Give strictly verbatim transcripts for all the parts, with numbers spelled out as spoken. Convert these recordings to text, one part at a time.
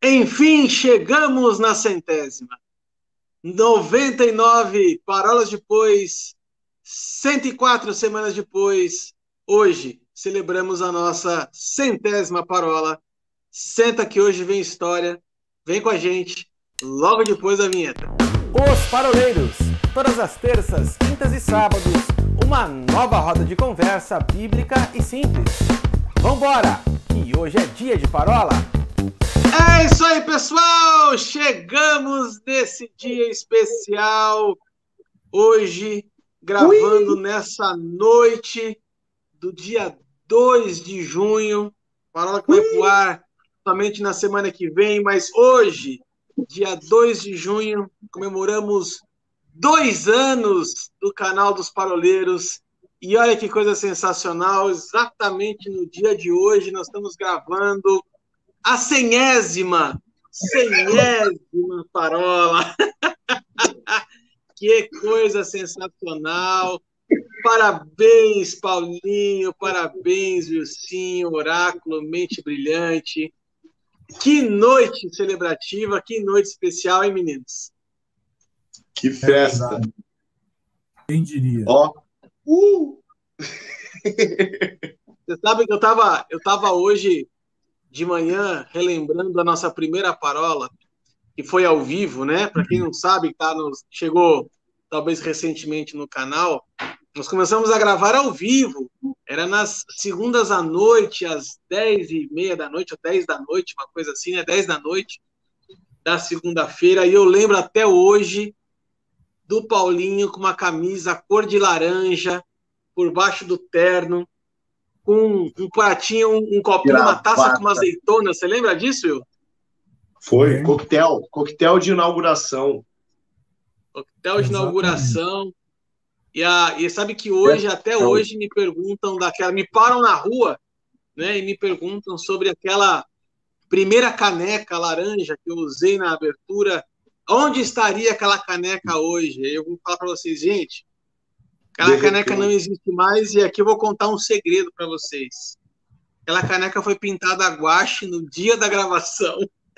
Enfim, chegamos na centésima. noventa e nove parolas depois, cento e quatro semanas depois, hoje celebramos a nossa centésima parola. Senta que hoje vem história. Vem com a gente, logo depois da vinheta. Os Paroleiros, todas as terças, quintas e sábados, uma nova roda de conversa bíblica e simples. Vambora, que hoje é dia de parola. É isso aí, pessoal! Chegamos nesse dia especial, hoje, gravando Ui. nessa noite do dia dois de junho, parola que Ui. vai pro ar somente na semana que vem, mas hoje, dia dois de junho, comemoramos dois anos do canal dos Paroleiros, e olha que coisa sensacional, exatamente no dia de hoje nós estamos gravando a centésima, centésima parola. Que coisa sensacional. Parabéns, Paulinho, parabéns, Wilcinho, Oráculo, Mente Brilhante. Que noite celebrativa, que noite especial, hein, meninos? Que festa. Quem diria? Ó. Uh! Você sabe que eu estava eu tava hoje de manhã relembrando a nossa primeira parola, que foi ao vivo, né? Para quem não sabe, tá nos, chegou talvez recentemente no canal, nós começamos a gravar ao vivo, era nas segundas à noite, às dez e meia da noite, ou dez da noite, uma coisa assim, né? dez da noite da segunda-feira, e eu lembro até hoje do Paulinho com uma camisa cor de laranja, por baixo do terno, com um pratinho, um, um copinho, uma taça com uma azeitona. Você lembra disso, Will? Foi, é. coquetel, coquetel de inauguração. Coquetel de Exatamente. inauguração. E, a, e sabe que hoje, é. até é. hoje, me perguntam daquela, me param na rua, né, e me perguntam sobre aquela primeira caneca laranja que eu usei na abertura. Onde estaria aquela caneca hoje? Eu vou falar para vocês, gente, aquela Derreteu. caneca não existe mais, e aqui eu vou contar um segredo para vocês. Aquela caneca foi pintada a guache no dia da gravação.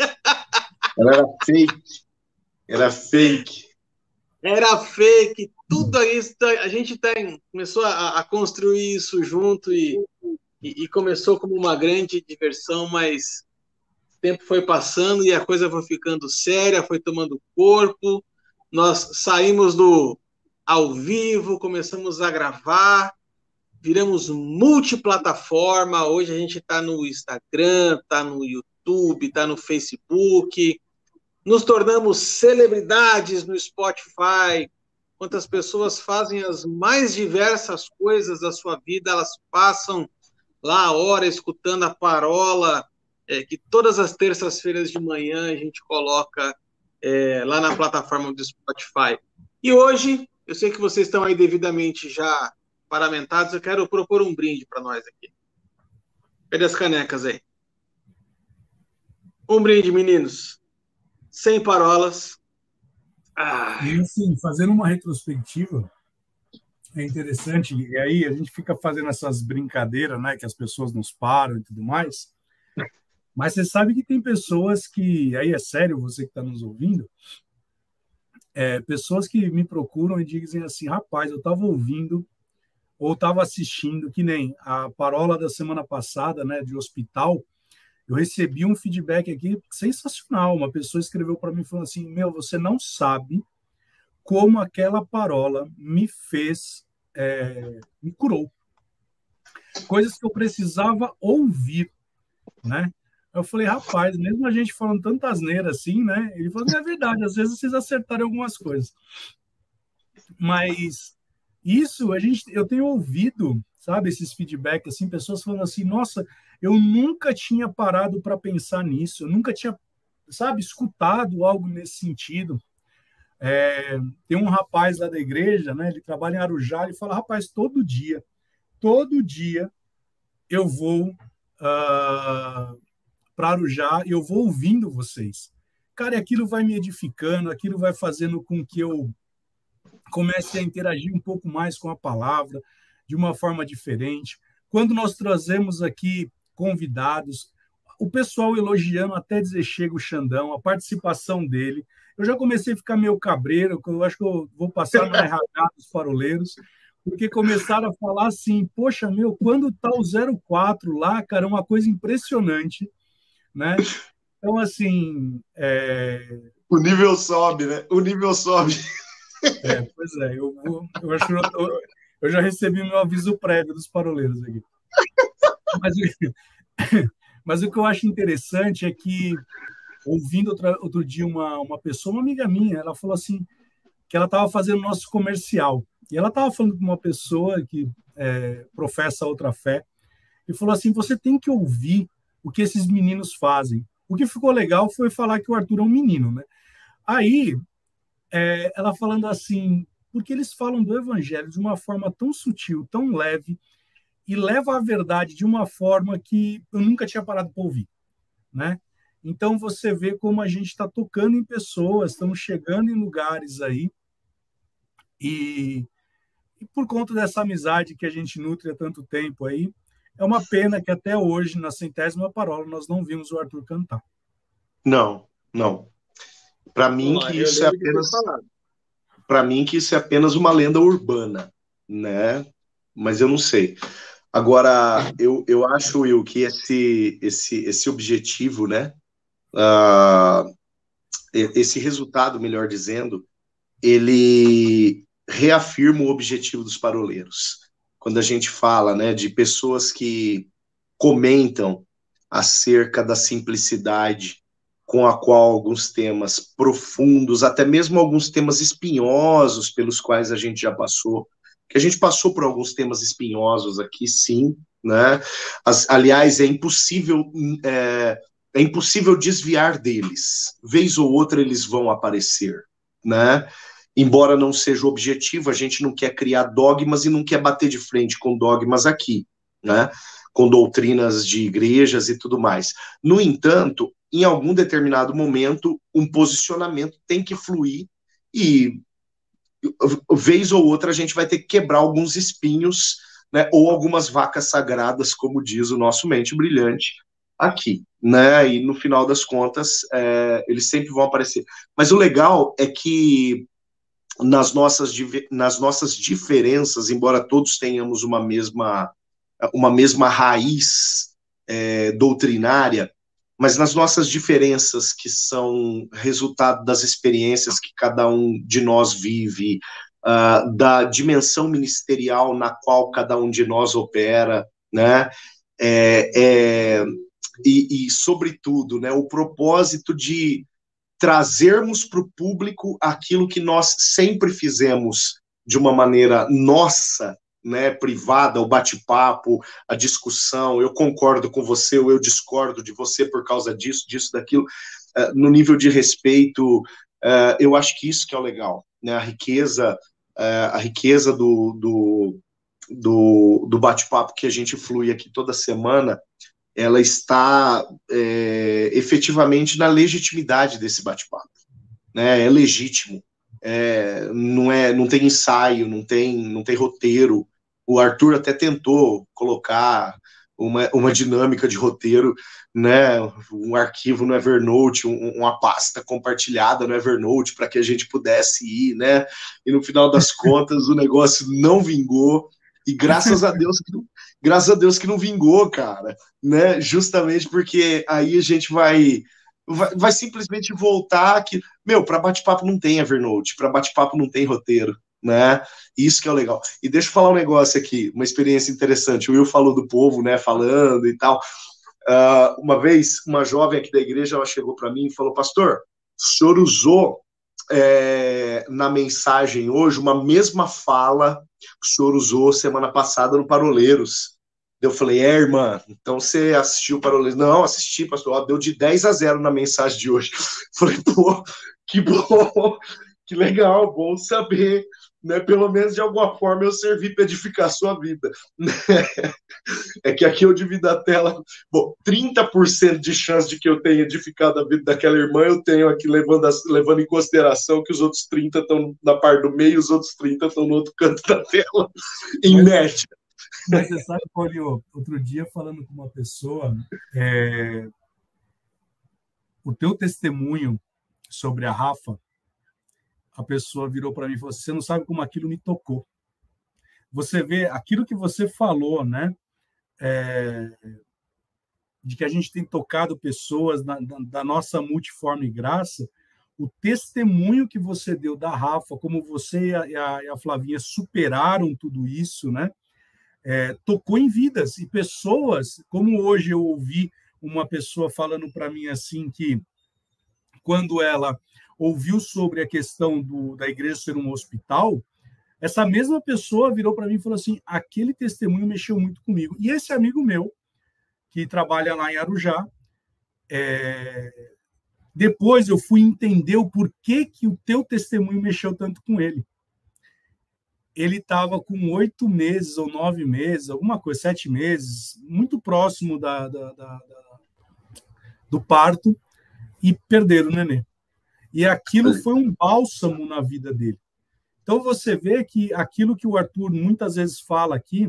Ela era fake. Era fake. Era fake. Tudo isso, a gente tem, começou a, a construir isso junto e, e, e começou como uma grande diversão, mas o tempo foi passando e a coisa foi ficando séria, foi tomando corpo. Nós saímos do ao vivo, começamos a gravar, viramos multiplataforma. Hoje a gente está no Instagram, está no YouTube, está no Facebook, nos tornamos celebridades no Spotify. Quantas pessoas fazem as mais diversas coisas da sua vida, elas passam lá a hora escutando a parola, é, que todas as terças-feiras de manhã a gente coloca é, lá na plataforma do Spotify. E hoje, eu sei que vocês estão aí devidamente já paramentados, eu quero propor um brinde para nós aqui. Cadê as canecas aí? Um brinde, meninos. Sem parolas. Ah. E assim, fazendo uma retrospectiva, é interessante, e aí a gente fica fazendo essas brincadeiras, né, que as pessoas nos param e tudo mais, mas você sabe que tem pessoas que, aí é sério, você que está nos ouvindo, é, pessoas que me procuram e dizem assim, rapaz, eu estava ouvindo ou estava assistindo, que nem a parola da semana passada, né, de hospital, eu recebi um feedback aqui sensacional. Uma pessoa escreveu para mim falando assim, meu, você não sabe como aquela parola me fez, é, me curou. Coisas que eu precisava ouvir, né? Eu falei, rapaz, mesmo a gente falando tanta asneira assim, né? Ele falou, não é verdade, às vezes vocês acertaram algumas coisas. Mas isso, a gente, eu tenho ouvido, sabe, esses feedbacks, assim, pessoas falando assim, nossa, eu nunca tinha parado para pensar nisso, eu nunca tinha, sabe, escutado algo nesse sentido. É, tem um rapaz lá da igreja, né, ele trabalha em Arujá, ele fala, rapaz, todo dia, todo dia eu vou uh, para Arujá e eu vou ouvindo vocês. Cara, aquilo vai me edificando, aquilo vai fazendo com que eu comece a interagir um pouco mais com a palavra, de uma forma diferente. Quando nós trazemos aqui convidados, o pessoal elogiando até dizer chega o Xandão, a participação dele. Eu já comecei a ficar meio cabreiro, eu acho que eu vou passar no R H dos Paroleiros, porque começaram a falar assim, poxa, meu, quando tá o zero quatro lá, cara, é uma coisa impressionante, né? Então, assim... É... O nível sobe, né? O nível sobe. É, pois é, eu, vou, eu acho que eu, eu já recebi meu aviso prévio dos Paroleiros aqui. Mas, mas o que eu acho interessante é que, ouvindo outra, outro dia uma, uma pessoa, uma amiga minha, ela falou assim, que ela estava fazendo nosso comercial, e ela estava falando com uma pessoa que é, professa outra fé, e falou assim, você tem que ouvir o que esses meninos fazem. O que ficou legal foi falar que o Arthur é um menino, né? Aí, é, ela falando assim, porque eles falam do evangelho de uma forma tão sutil, tão leve, e leva a verdade de uma forma que eu nunca tinha parado para ouvir, né? Então, você vê como a gente está tocando em pessoas, estamos chegando em lugares aí, e, e por conta dessa amizade que a gente nutre há tanto tempo aí, é uma pena que até hoje, na centésima parola, nós não vimos o Arthur cantar. Não, não. Para mim, que isso é apenas... Para mim, que isso é apenas uma lenda urbana, né? Mas eu não sei. Agora, eu, eu acho, Will, que esse, esse, esse objetivo, né? Uh, esse resultado, melhor dizendo, ele reafirma o objetivo dos paroleiros. Quando a gente fala, né, de pessoas que comentam acerca da simplicidade com a qual alguns temas profundos, até mesmo alguns temas espinhosos pelos quais a gente já passou, que a gente passou por alguns temas espinhosos aqui, sim, né? As, aliás, é impossível, é, é impossível desviar deles. Vez ou outra eles vão aparecer, né? Embora não seja o objetivo, a gente não quer criar dogmas e não quer bater de frente com dogmas aqui, né? Com doutrinas de igrejas e tudo mais. No entanto, em algum determinado momento, um posicionamento tem que fluir e, vez ou outra, a gente vai ter que quebrar alguns espinhos, né? Ou algumas vacas sagradas, como diz o nosso mente brilhante aqui, né? E no final das contas, é, eles sempre vão aparecer. Mas o legal é que nas nossas, nas nossas diferenças, embora todos tenhamos uma mesma, uma mesma raiz é, doutrinária, mas nas nossas diferenças, que são resultado das experiências que cada um de nós vive, uh, da dimensão ministerial na qual cada um de nós opera, né? É, é, e, e, sobretudo, né, o propósito de trazermos para o público aquilo que nós sempre fizemos de uma maneira nossa, né, privada, o bate-papo, a discussão, eu concordo com você ou eu discordo de você por causa disso, disso, daquilo, uh, no nível de respeito, uh, eu acho que isso que é o legal, né, a riqueza, uh, a riqueza do, do, do, do bate-papo que a gente flui aqui toda semana, ela está é, efetivamente na legitimidade desse bate-papo, né? É legítimo, é, não, é, não tem ensaio, não tem, não tem roteiro. O Arthur até tentou colocar uma, uma dinâmica de roteiro, né? Um arquivo no Evernote, um, uma pasta compartilhada no Evernote para que a gente pudesse ir, né? E no final das contas o negócio não vingou. E graças a Deus que não, graças a Deus que não vingou, cara, né? Justamente porque aí a gente vai, vai, vai simplesmente voltar que, meu, para bate-papo não tem Evernote, para bate-papo não tem roteiro, né? Isso que é o legal. E deixa eu falar um negócio aqui, uma experiência interessante. O Will falou do povo, né? Falando e tal. Uh, uma vez, uma jovem aqui da igreja, ela chegou para mim e falou: pastor, o senhor usou é, na mensagem hoje uma mesma fala que o senhor usou semana passada no Paroleiros. Eu falei: é, irmã, então você assistiu o Paroleiros? Não, assisti, pastor. Ó, deu de dez a zero na mensagem de hoje. Falei: pô, que bom, que legal, bom saber, né? Pelo menos de alguma forma eu servi para edificar a sua vida. É que aqui eu divido a tela. Bom, trinta por cento de chance de que eu tenha edificado a vida daquela irmã, eu tenho aqui levando, a, levando em consideração que os outros trinta estão na parte do meio, os outros trinta estão no outro canto da tela, em mas, média. Mas você sabe, Paulinho, outro dia falando com uma pessoa, é, o teu testemunho sobre a Rafa, a pessoa virou para mim e falou assim, você não sabe como aquilo me tocou. Você vê aquilo que você falou, né? É, de que a gente tem tocado pessoas na, da, da nossa multiforme graça, o testemunho que você deu da Rafa, como você e a, e a Flavinha superaram tudo isso, né? É, tocou em vidas. E pessoas, como hoje eu ouvi uma pessoa falando para mim assim, que quando ela ouviu sobre a questão do, da igreja ser um hospital, essa mesma pessoa virou para mim e falou assim, aquele testemunho mexeu muito comigo. E esse amigo meu, que trabalha lá em Arujá, é... depois eu fui entender o porquê que o teu testemunho mexeu tanto com ele. Ele estava com oito meses ou nove meses, alguma coisa, sete meses, muito próximo da, da, da, da, do parto, e perderam o nenê. E aquilo foi um bálsamo na vida dele. Então você vê que aquilo que o Arthur muitas vezes fala aqui,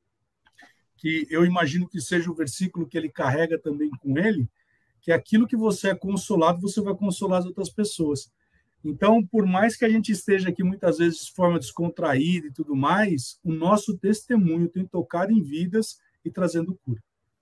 que eu imagino que seja o versículo que ele carrega também com ele, que aquilo que você é consolado, você vai consolar as outras pessoas. Então, por mais que a gente esteja aqui muitas vezes de forma descontraída e tudo mais, o nosso testemunho tem tocado em vidas e trazendo cura.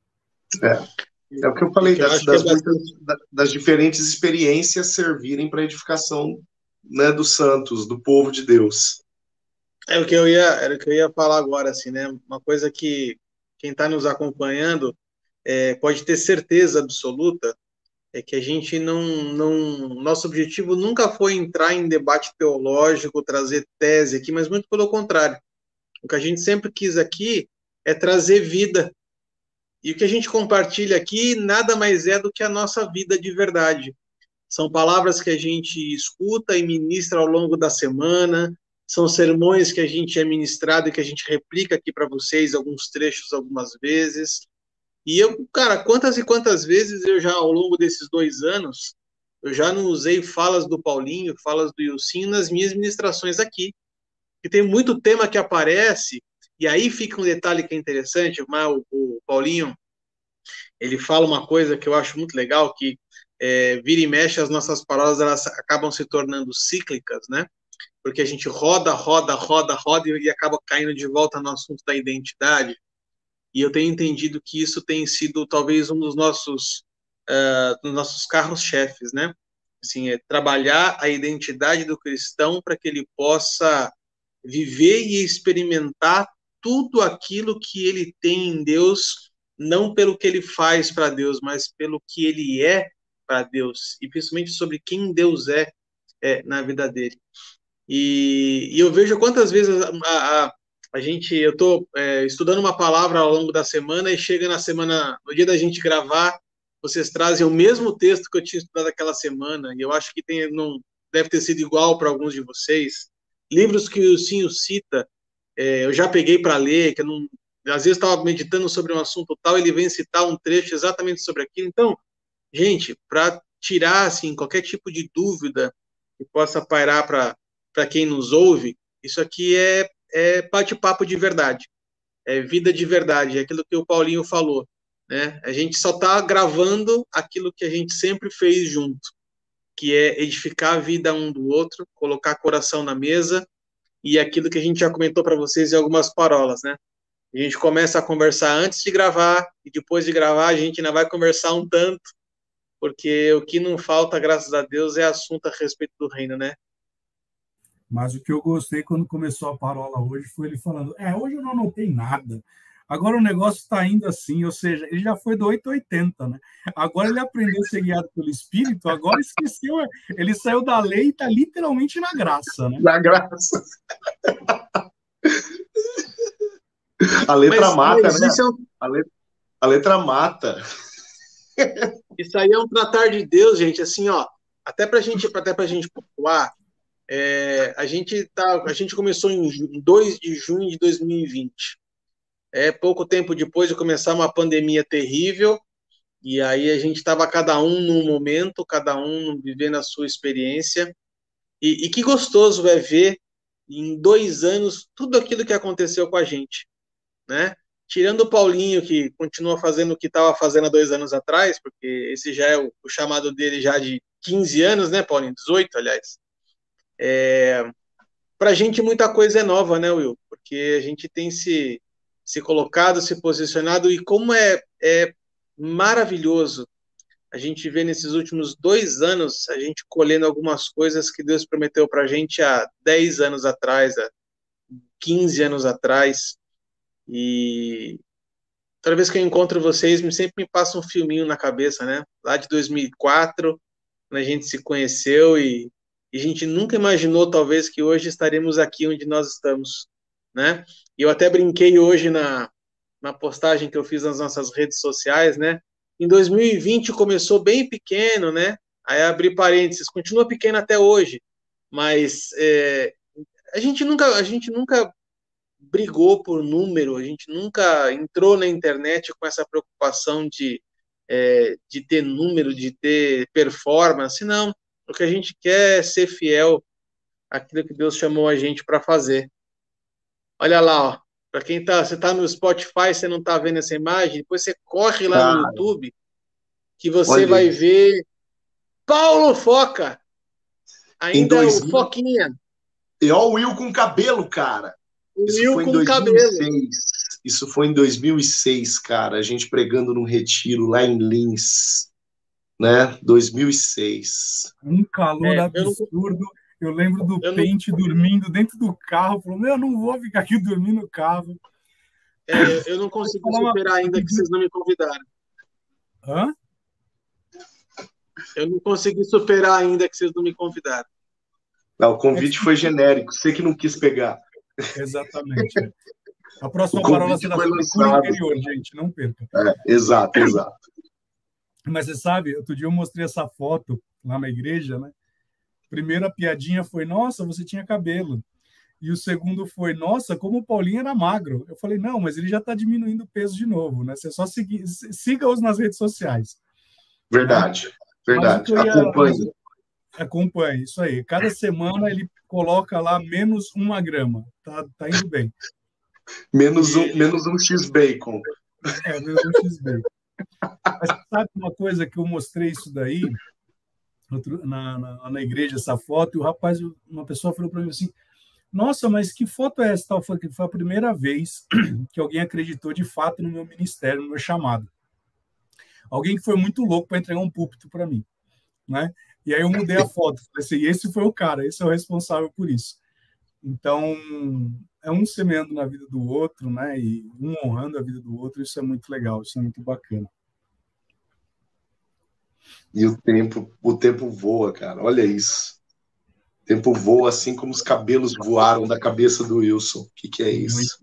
É, é o que eu falei, das, das, muitas, das diferentes experiências servirem para a edificação, né, dos santos, do povo de Deus. É o que eu ia, era o que eu ia falar agora, assim, né? Uma coisa que quem está nos acompanhando é, pode ter certeza absoluta é que a gente não, não... Nosso objetivo nunca foi entrar em debate teológico, trazer tese aqui, mas muito pelo contrário. O que a gente sempre quis aqui é trazer vida. E o que a gente compartilha aqui nada mais é do que a nossa vida de verdade. São palavras que a gente escuta e ministra ao longo da semana, são sermões que a gente é ministrado e que a gente replica aqui para vocês, alguns trechos algumas vezes. E eu, cara, quantas e quantas vezes eu já, ao longo desses dois anos, eu já não usei falas do Paulinho, falas do Ilcinho nas minhas ministrações aqui. E tem muito tema que aparece, e aí fica um detalhe que é interessante, mas o, o Paulinho, ele fala uma coisa que eu acho muito legal, que é, vira e mexe, as nossas palavras elas acabam se tornando cíclicas, né? Porque a gente roda, roda, roda, roda e, e acaba caindo de volta no assunto da identidade. E eu tenho entendido que isso tem sido talvez um dos nossos, uh, dos nossos carros-chefes, né? Assim, é trabalhar a identidade do cristão para que ele possa viver e experimentar tudo aquilo que ele tem em Deus, não pelo que ele faz para Deus, mas pelo que ele é para Deus, e principalmente sobre quem Deus é, é na vida dele. E, e eu vejo quantas vezes a, a, a gente, eu estou é, estudando uma palavra ao longo da semana e chega na semana, no dia da gente gravar, vocês trazem o mesmo texto que eu tinha estudado aquela semana, e eu acho que tem, não deve ter sido igual para alguns de vocês. Livros que o Ilcinho cita, é, eu já peguei para ler, que eu não, às vezes estava meditando sobre um assunto tal, ele vem citar um trecho exatamente sobre aquilo. Então, gente, para tirar assim, qualquer tipo de dúvida que possa pairar para quem nos ouve, isso aqui é, é bate-papo de verdade, é vida de verdade, é aquilo que o Paulinho falou, né? A gente só está gravando aquilo que a gente sempre fez junto, que é edificar a vida um do outro, colocar coração na mesa, e aquilo que a gente já comentou para vocês em algumas parolas, né? A gente começa a conversar antes de gravar, e depois de gravar a gente ainda vai conversar um tanto, porque o que não falta, graças a Deus, é assunto a respeito do reino, né? Mas o que eu gostei quando começou a parola hoje foi ele falando, é, hoje eu não anotei nada, agora o negócio está indo assim, ou seja, ele já foi do oito a oitenta, né? Agora ele aprendeu a ser guiado pelo Espírito, agora esqueceu, ele saiu da lei e está literalmente na graça, né? Na graça. A letra mas, mata, mas né? É um... a, letra, a letra mata. Isso aí é um tratar de Deus, gente, assim, ó, até pra gente, até pra gente pontuar, é, a gente tá, a gente começou em dois de junho de dois mil e vinte. É, pouco tempo depois de começar uma pandemia terrível, e aí a gente estava cada um num momento, cada um vivendo a sua experiência, e, e que gostoso é ver em dois anos tudo aquilo que aconteceu com a gente, né? tirando o Paulinho, que continua fazendo o que estava fazendo há dois anos atrás, porque esse já é o, o chamado dele já de quinze anos, né, Paulinho? dezoito, aliás. É, para a gente muita coisa é nova, né, Will? Porque a gente tem se, se colocado, se posicionado, e como é, é maravilhoso a gente vê nesses últimos dois anos a gente colhendo algumas coisas que Deus prometeu para a gente há dez anos atrás, há quinze anos atrás. E toda vez que eu encontro vocês, me sempre me passa um filminho na cabeça, né? Lá de dois mil e quatro, quando a gente se conheceu e, e a gente nunca imaginou, talvez, que hoje estaremos aqui onde nós estamos, né? E eu até brinquei hoje na, na postagem que eu fiz nas nossas redes sociais, né? Em dois mil e vinte começou bem pequeno, né? Aí abri parênteses, continua pequeno até hoje, mas é, a gente nunca, a gente nunca brigou por número, a gente nunca entrou na internet com essa preocupação de, é, de ter número, de ter performance, não. O que a gente quer é ser fiel àquilo que Deus chamou a gente para fazer. Olha lá, ó. Para quem tá, você tá no Spotify, você não tá vendo essa imagem, depois você corre lá ah, no YouTube, que você olha, vai ver Paulo Foca, ainda dois mil... o Foquinha. E ó o Will com cabelo, cara. O Isso Will foi com em dois mil e seis. Cabelo. Isso foi em dois mil e seis, cara. A gente pregando num retiro lá em Lins, né? dois mil e seis. Um calor é, absurdo. Eu... Eu lembro do eu Pente não... dormindo dentro do carro. Falou, meu, eu não vou ficar aqui dormindo no carro. É, eu não consigo superar ainda que vocês não me convidaram. Hã? Eu não consegui superar ainda que vocês não me convidaram. Não, o convite foi genérico. Você que não quis pegar. Exatamente. É. A próxima parola será sobre o interior, gente. Não perca. É, exato, exato. Mas você sabe, outro dia eu mostrei essa foto lá na igreja, né? Primeira piadinha foi, nossa, você tinha cabelo. E o segundo foi, nossa, como o Paulinho era magro. Eu falei, não, mas ele já está diminuindo o peso de novo, né? Você só seguir, siga-os nas redes sociais. Verdade, né? Verdade. Ia, acompanhe. Acompanhe, isso aí. Cada semana ele coloca lá menos uma grama. Tá, tá indo bem. Menos um, menos um X-Bacon. É, menos um X-Bacon. Mas sabe uma coisa que eu mostrei isso daí... Na, na, na igreja, essa foto, e o rapaz, uma pessoa falou para mim assim, nossa, mas que foto é essa? Foi, foi a primeira vez que alguém acreditou de fato no meu ministério, no meu chamado. Alguém que foi muito louco para entregar um púlpito para mim, né? E aí eu mudei a foto, falei assim, esse foi o cara, esse é o responsável por isso. Então, é um semeando na vida do outro, né? E um honrando a vida do outro, isso é muito legal, isso é muito bacana. E o tempo, o tempo voa, cara. Olha isso. O tempo voa assim como os cabelos voaram da cabeça do Wilson. O que, que é isso?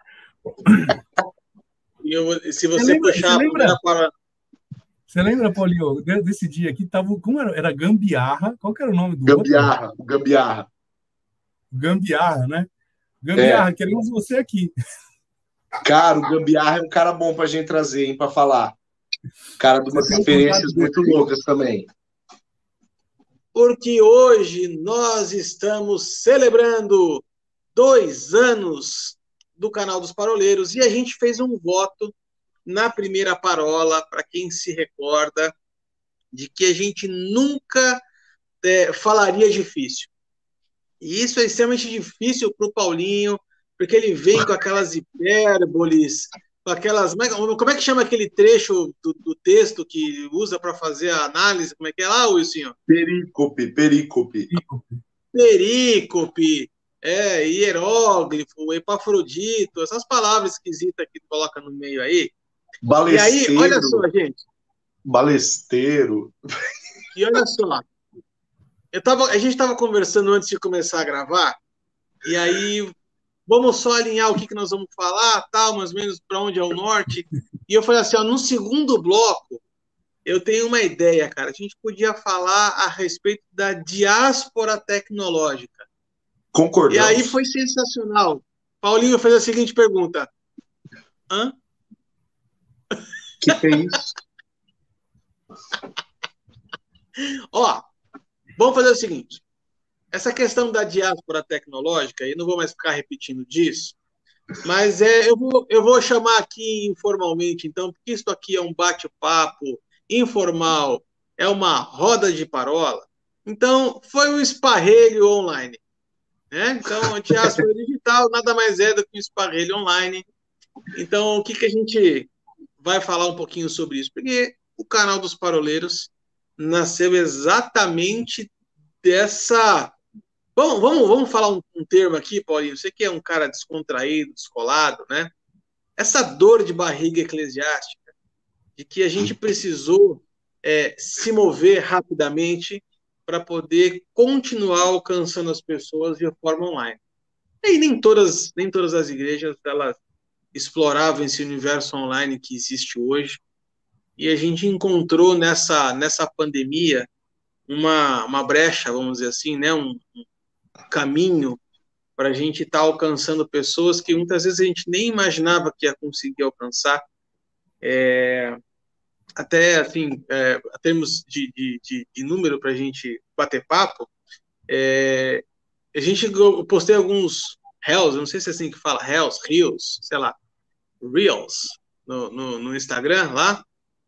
E eu, se você, você lembra, puxar... Você lembra, para... você lembra, Paulinho, desse dia aqui? Tava, como era? Era Gambiarra. Qual que era o nome do Gambiarra, outro? Gambiarra. Gambiarra, né? Gambiarra, é. Queremos você aqui. Cara, o Gambiarra é um cara bom pra gente trazer, hein, pra falar. Cara, de umas experiências muito loucas também. Porque hoje nós estamos celebrando dois anos do canal dos Paroleiros e a gente fez um voto na primeira parola, para quem se recorda, de que a gente nunca é, falaria difícil. E isso é extremamente difícil para o Paulinho, porque ele vem com aquelas hipérboles, com aquelas... Como é que chama aquele trecho do, do texto que usa para fazer a análise? Como é que é lá, Wilson? Perícope, perícope. Perícope, é, hieróglifo, epafrodito, essas palavras esquisitas que coloca no meio aí. Balesteiro. E aí, olha só, gente. Balesteiro. E olha só. Eu tava, a gente estava conversando antes de começar a gravar, e aí... Vamos só alinhar o que, que nós vamos falar, tal, mais ou menos para onde é o norte. E eu falei assim, ó, no segundo bloco, eu tenho uma ideia, cara. A gente podia falar a respeito da diáspora tecnológica. Concordamos. E aí foi sensacional. Paulinho fez a seguinte pergunta. Hã? O que, que é isso? Ó, vamos fazer o seguinte. Essa questão da diáspora tecnológica, e não vou mais ficar repetindo disso, Mas é, eu, vou, eu vou chamar aqui informalmente, então, porque isso aqui é um bate-papo informal, é uma roda de parola. Então, foi um esparrelho online. Né? Então, a diáspora digital nada mais é do que um esparrelho online. Então, o que, que a gente vai falar um pouquinho sobre isso? Porque o canal dos Paroleiros nasceu exatamente dessa... Bom, vamos, vamos falar um, um termo aqui, Paulinho. Você que é um cara descontraído, descolado, né? Essa dor de barriga eclesiástica, de que a gente precisou é, se mover rapidamente para poder continuar alcançando as pessoas de forma online. E nem todas, nem todas as igrejas elas exploravam esse universo online que existe hoje. E a gente encontrou nessa, nessa pandemia uma, uma brecha, vamos dizer assim, né? um, um caminho para a gente estar tá alcançando pessoas que muitas vezes a gente nem imaginava que ia conseguir alcançar. É, até, assim, é, em termos de, de, de, de número para a gente bater papo, é, a gente, eu postei alguns reels, não sei se é assim que fala, reels, reels, sei lá, reels, no, no, no Instagram lá,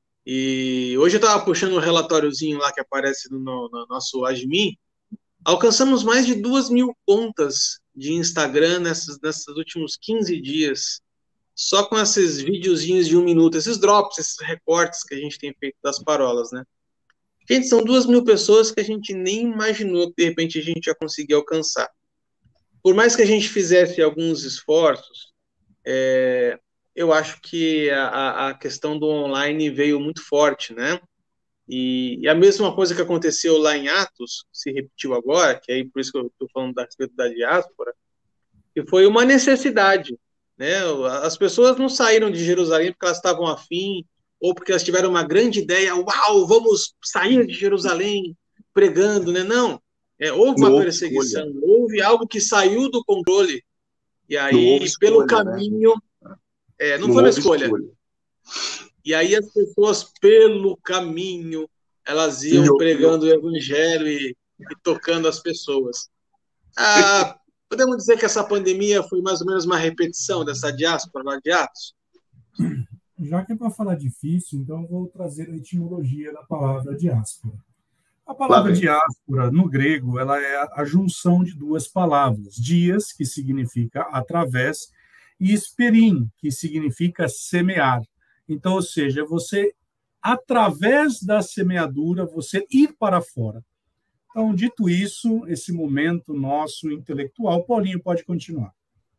e hoje eu estava puxando um relatóriozinho lá que aparece no, no nosso admin. Alcançamos mais de duas mil contas de Instagram nesses, nesses últimos quinze dias, só com esses videozinhos de um minuto, esses drops, esses recortes que a gente tem feito das parolas, né? Gente, são duas mil pessoas que a gente nem imaginou que de repente a gente ia conseguir alcançar. Por mais que a gente fizesse alguns esforços, é, eu acho que a, a questão do online veio muito forte, né? E, e a mesma coisa que aconteceu lá em Atos, se repetiu agora, que aí por isso que eu estou falando da respeito da diáspora, que foi uma necessidade, né? As pessoas não saíram de Jerusalém porque elas estavam afim, ou porque elas tiveram uma grande ideia, uau, vamos sair de Jerusalém pregando, né? Não, é, houve uma perseguição, escolha. Houve algo que saiu do controle, e aí, pelo escolha, caminho, né? é, não, não foi uma escolha. escolha. E aí as pessoas, pelo caminho, elas iam Sim, pregando eu... o evangelho e, e tocando as pessoas. Ah, podemos dizer que essa pandemia foi mais ou menos uma repetição dessa diáspora lá de Atos? Já que é para falar difícil, então eu vou trazer a etimologia da palavra diáspora. A palavra diáspora, no grego, ela é a junção de duas palavras. Dias, que significa através, e esperim, que significa semear. Então, ou seja, você, através da semeadura, você ir para fora. Então, dito isso, esse momento nosso intelectual, Paulinho pode continuar.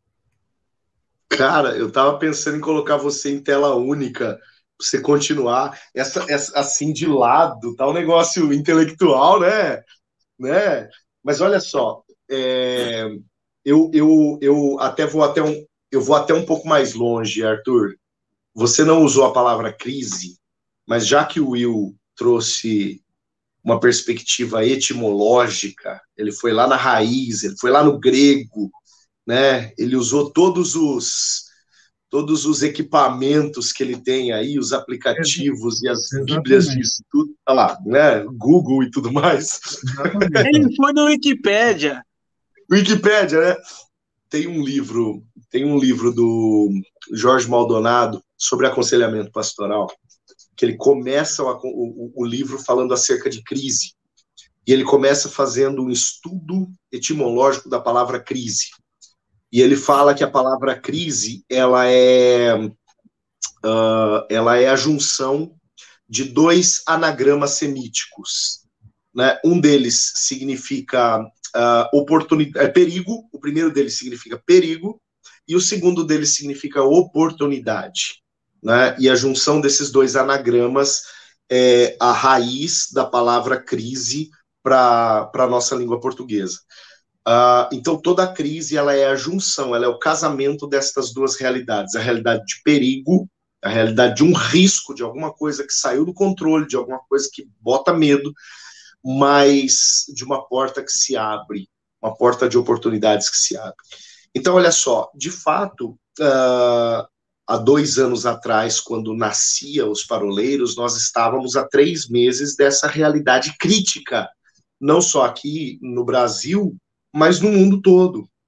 Cara, eu estava pensando em colocar você em tela única, para você continuar, essa, essa, assim, de lado, tá um negócio intelectual, né? né? Mas olha só, é, eu, eu, eu, até vou até um, eu vou até um pouco mais longe, Arthur. Você não usou a palavra crise, mas já que o Will trouxe uma perspectiva etimológica, ele foi lá na raiz, ele foi lá no grego, né? Ele usou todos os todos os equipamentos que ele tem aí, os aplicativos e as Exatamente. Bíblias de estudo, olha lá, né? Google e tudo mais. Exatamente. Ele foi na Wikipédia. Wikipédia, né? Tem um livro, tem um livro do Jorge Maldonado sobre aconselhamento pastoral, que ele começa o, o, o livro falando acerca de crise, e ele começa fazendo um estudo etimológico da palavra crise, e ele fala que a palavra crise, ela é, uh, ela é a junção de dois anagramas semíticos, né? Um deles significa uh, oportunidade, é perigo, o primeiro deles significa perigo, e o segundo deles significa oportunidade. Né? E a junção desses dois anagramas é a raiz da palavra crise para a nossa língua portuguesa. Uh, então, toda a crise ela é a junção, ela é o casamento destas duas realidades, a realidade de perigo, a realidade de um risco, de alguma coisa que saiu do controle, de alguma coisa que bota medo, mas de uma porta que se abre, uma porta de oportunidades que se abre. Então, olha só, de fato, uh, há dois anos atrás, quando nascia os Paroleiros, nós estávamos há três meses dessa realidade crítica, não só aqui no Brasil, mas no mundo todo,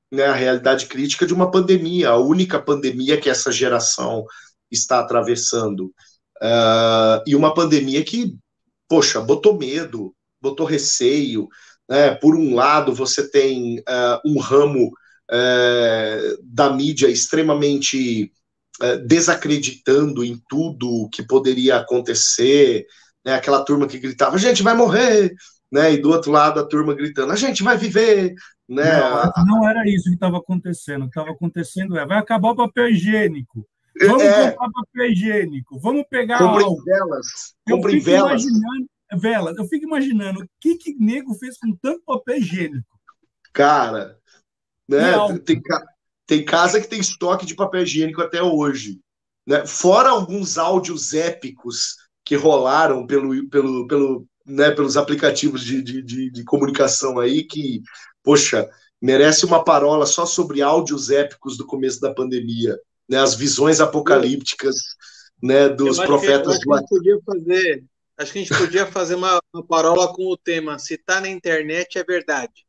né, a realidade crítica de uma pandemia, a única pandemia que essa geração está atravessando. Uh, e uma pandemia que, poxa, botou medo, botou receio, né? Por um lado, você tem uh, um ramo uh, da mídia extremamente uh, desacreditando em tudo que poderia acontecer, né? Aquela turma que gritava, a gente vai morrer, né? E do outro lado a turma gritando, a gente vai viver, né? Não, não era isso que estava acontecendo. O que estava acontecendo é, vai acabar o papel higiênico. Vamos é. comprar papel higiênico. Vamos pegar Comprem algo. velas. Eu Comprem fico velas. imaginando, velas. Eu fico imaginando o que que nego fez com tanto papel higiênico. Cara, né? Tem, tem casa que tem estoque de papel higiênico até hoje, né? Fora alguns áudios épicos que rolaram pelo, pelo, pelo, né, pelos aplicativos de, de, de, de comunicação aí, que, poxa, merece uma parola só sobre áudios épicos do começo da pandemia, né? As visões apocalípticas, né, dos profetas que, do WhatsApp. Podia fazer, acho que a gente podia fazer uma, uma parola com o tema, se está na internet é verdade.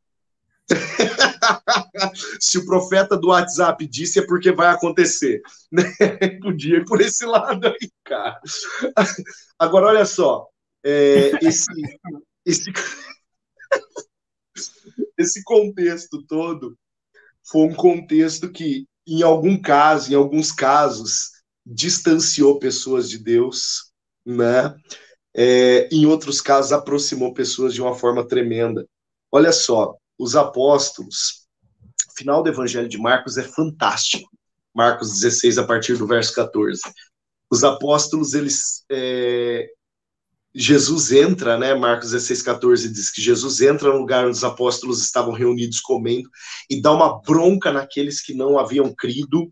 Se o profeta do WhatsApp disse é porque vai acontecer, né? Podia ir por esse lado aí, cara. Agora, olha só, é, esse, esse, esse contexto todo foi um contexto que, em algum caso, em alguns casos, distanciou pessoas de Deus, né? É, em outros casos, aproximou pessoas de uma forma tremenda. Olha só, os apóstolos, o final do Evangelho de Marcos é fantástico. Marcos dezesseis, a partir do verso catorze. Os apóstolos, eles... É, Jesus entra, né? Marcos dezesseis, catorze diz que Jesus entra no lugar onde os apóstolos estavam reunidos comendo e dá uma bronca naqueles que não haviam crido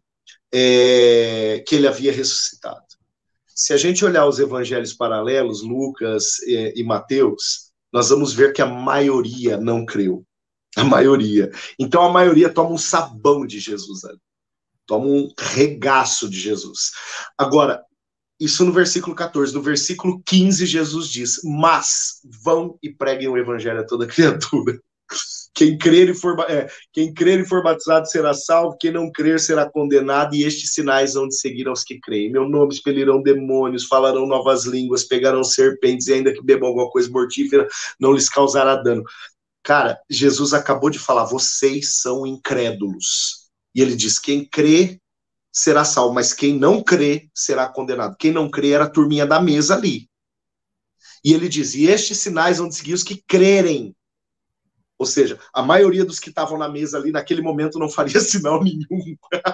é, que ele havia ressuscitado. Se a gente olhar os evangelhos paralelos, Lucas é, e Mateus, nós vamos ver que a maioria não creu. A maioria. Então a maioria toma um sabão de Jesus ali. Toma um regaço de Jesus. Agora, isso no versículo catorze. No versículo quinze, Jesus diz, mas vão e preguem o evangelho a toda criatura. Quem crer, e for, é, quem crer e for batizado será salvo, quem não crer será condenado, e estes sinais hão de seguir aos que creem. Meu nome expelirão demônios, falarão novas línguas, pegarão serpentes, e ainda que bebam alguma coisa mortífera, não lhes causará dano. Cara, Jesus acabou de falar, vocês são incrédulos. E ele diz, quem crê será salvo, mas quem não crê será condenado. Quem não crê era a turminha da mesa ali. E ele diz, e estes sinais vão seguir os que crerem. Ou seja, a maioria dos que estavam na mesa ali naquele momento não faria sinal nenhum.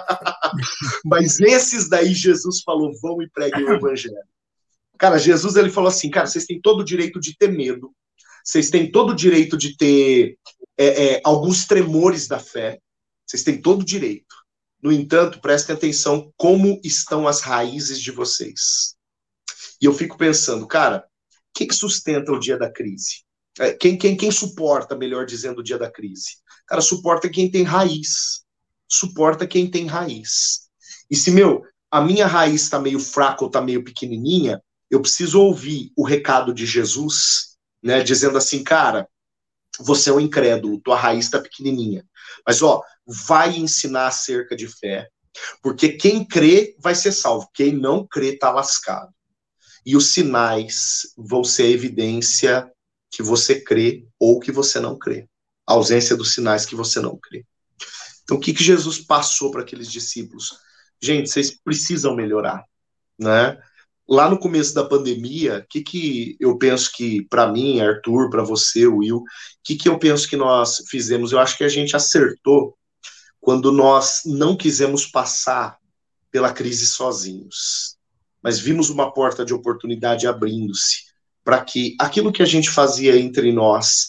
Mas esses daí Jesus falou, vão e preguem o evangelho. Cara, Jesus ele falou assim, cara, vocês têm todo o direito de ter medo, vocês têm todo o direito de ter é, é, alguns tremores da fé, vocês têm todo o direito. No entanto, prestem atenção como estão as raízes de vocês. E eu fico pensando, cara, o que, que sustenta o dia da crise? Quem, quem, quem suporta, melhor dizendo, o dia da crise? Cara, suporta quem tem raiz. Suporta quem tem raiz. E se, meu, a minha raiz está meio fraca ou está meio pequenininha, eu preciso ouvir o recado de Jesus, né, dizendo assim, cara, você é um incrédulo, tua raiz está pequenininha. Mas, ó, vai ensinar acerca de fé, porque quem crê vai ser salvo, quem não crê está lascado. E os sinais vão ser a evidência que você crê ou que você não crê. A ausência dos sinais que você não crê. Então, o que, que Jesus passou para aqueles discípulos? Gente, vocês precisam melhorar, né? Lá no começo da pandemia, o que, que eu penso que, para mim, Arthur, para você, Will, o que, que eu penso que nós fizemos? Eu acho que a gente acertou quando nós não quisemos passar pela crise sozinhos, mas vimos uma porta de oportunidade abrindo-se para que aquilo que a gente fazia entre nós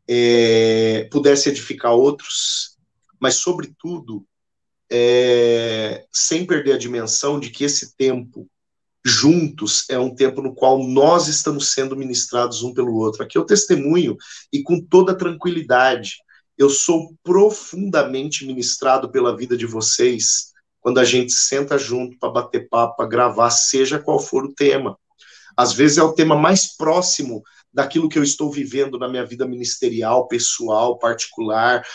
é, pudesse edificar outros, mas, sobretudo, é, sem perder a dimensão de que esse tempo juntos é um tempo no qual nós estamos sendo ministrados um pelo outro. Aqui eu testemunho, e com toda tranquilidade, eu sou profundamente ministrado pela vida de vocês quando a gente senta junto para bater papo, para gravar, seja qual for o tema. Às vezes é o tema mais próximo daquilo que eu estou vivendo na minha vida ministerial, pessoal, particular,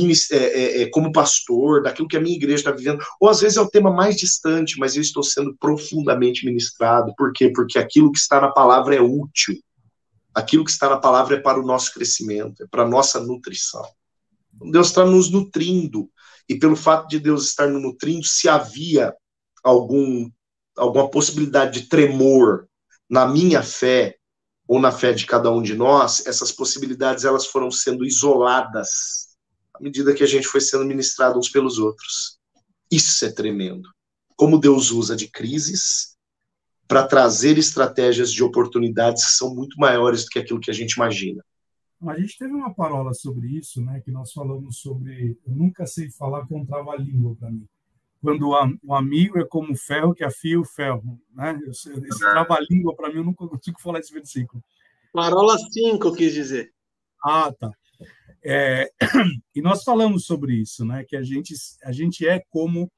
é, é, como pastor, daquilo que a minha igreja está vivendo, ou às vezes é o tema mais distante, mas eu estou sendo profundamente ministrado. Por quê? Porque aquilo que está na palavra é útil. Aquilo que está na palavra é para o nosso crescimento, é para a nossa nutrição. Deus está nos nutrindo, e pelo fato de Deus estar nos nutrindo, se havia algum, alguma possibilidade de tremor na minha fé, ou na fé de cada um de nós, essas possibilidades elas foram sendo isoladas à medida que a gente foi sendo ministrado uns pelos outros. Isso é tremendo. Como Deus usa de crises para trazer estratégias de oportunidades que são muito maiores do que aquilo que a gente imagina. A gente teve uma parola sobre isso, né, que nós falamos sobre, eu nunca sei falar que é um trava-língua para mim. Quando o amigo é como o ferro que afia o ferro, né? Esse trava-língua, para mim, eu nunca consigo falar esse versículo. Parola cinco, quis dizer. Ah, tá. É, e nós falamos sobre isso, né? Que a gente, a gente é como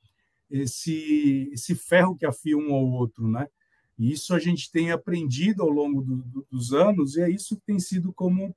esse, esse ferro que afia um ao outro, né? E isso a gente tem aprendido ao longo do, do, dos anos, e é isso que tem sido como,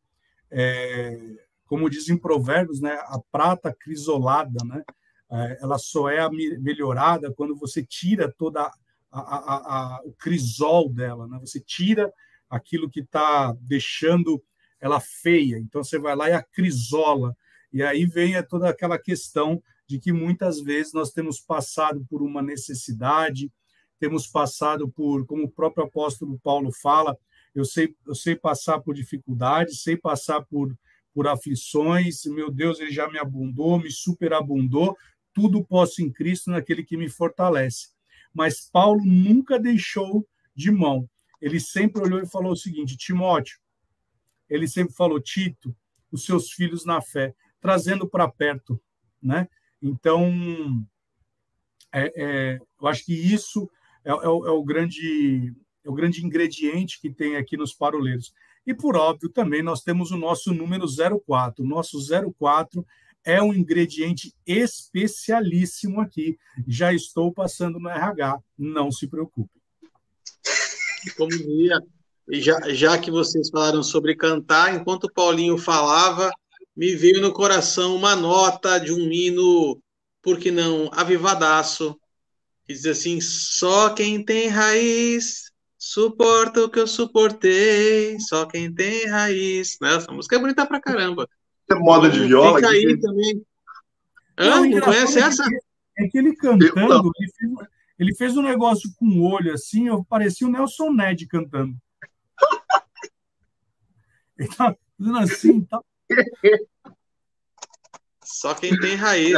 é, como dizem provérbios, né? A prata crisolada, né? Ela só é melhorada quando você tira toda a, a, a, o crisol dela, né? Você tira aquilo que está deixando ela feia. Então, você vai lá e acrisola. E aí vem toda aquela questão de que muitas vezes nós temos passado por uma necessidade, temos passado por, como o próprio apóstolo Paulo fala, eu sei, eu sei passar por dificuldades, sei passar por, por aflições, meu Deus, ele já me abundou, me superabundou, tudo posso em Cristo naquele que me fortalece. Mas Paulo nunca deixou de mão. Ele sempre olhou e falou o seguinte, Timóteo, ele sempre falou, Tito, os seus filhos na fé, trazendo para perto, né? Então, é, é, eu acho que isso é, é, o, é, o grande, é o grande ingrediente que tem aqui nos paroleiros. E, por óbvio, também nós temos o nosso número zero quatro. O nosso zero quatro é um ingrediente especialíssimo aqui. Já estou passando no R H, não se preocupe. Como dizia, já, já que vocês falaram sobre cantar, enquanto o Paulinho falava, me veio no coração uma nota de um hino, por que não, avivadaço, que diz assim, só quem tem raiz suporta o que eu suportei, só quem tem raiz. Né? Essa música é bonita pra caramba. É moda de viola? Fica aí também. Hã? Não, não conhece essa? É que ele cantando, ele fez, ele fez um negócio com o olho assim, eu parecia o Nelson Ned cantando. Ele tá fazendo assim, tá? Só quem tem raiz.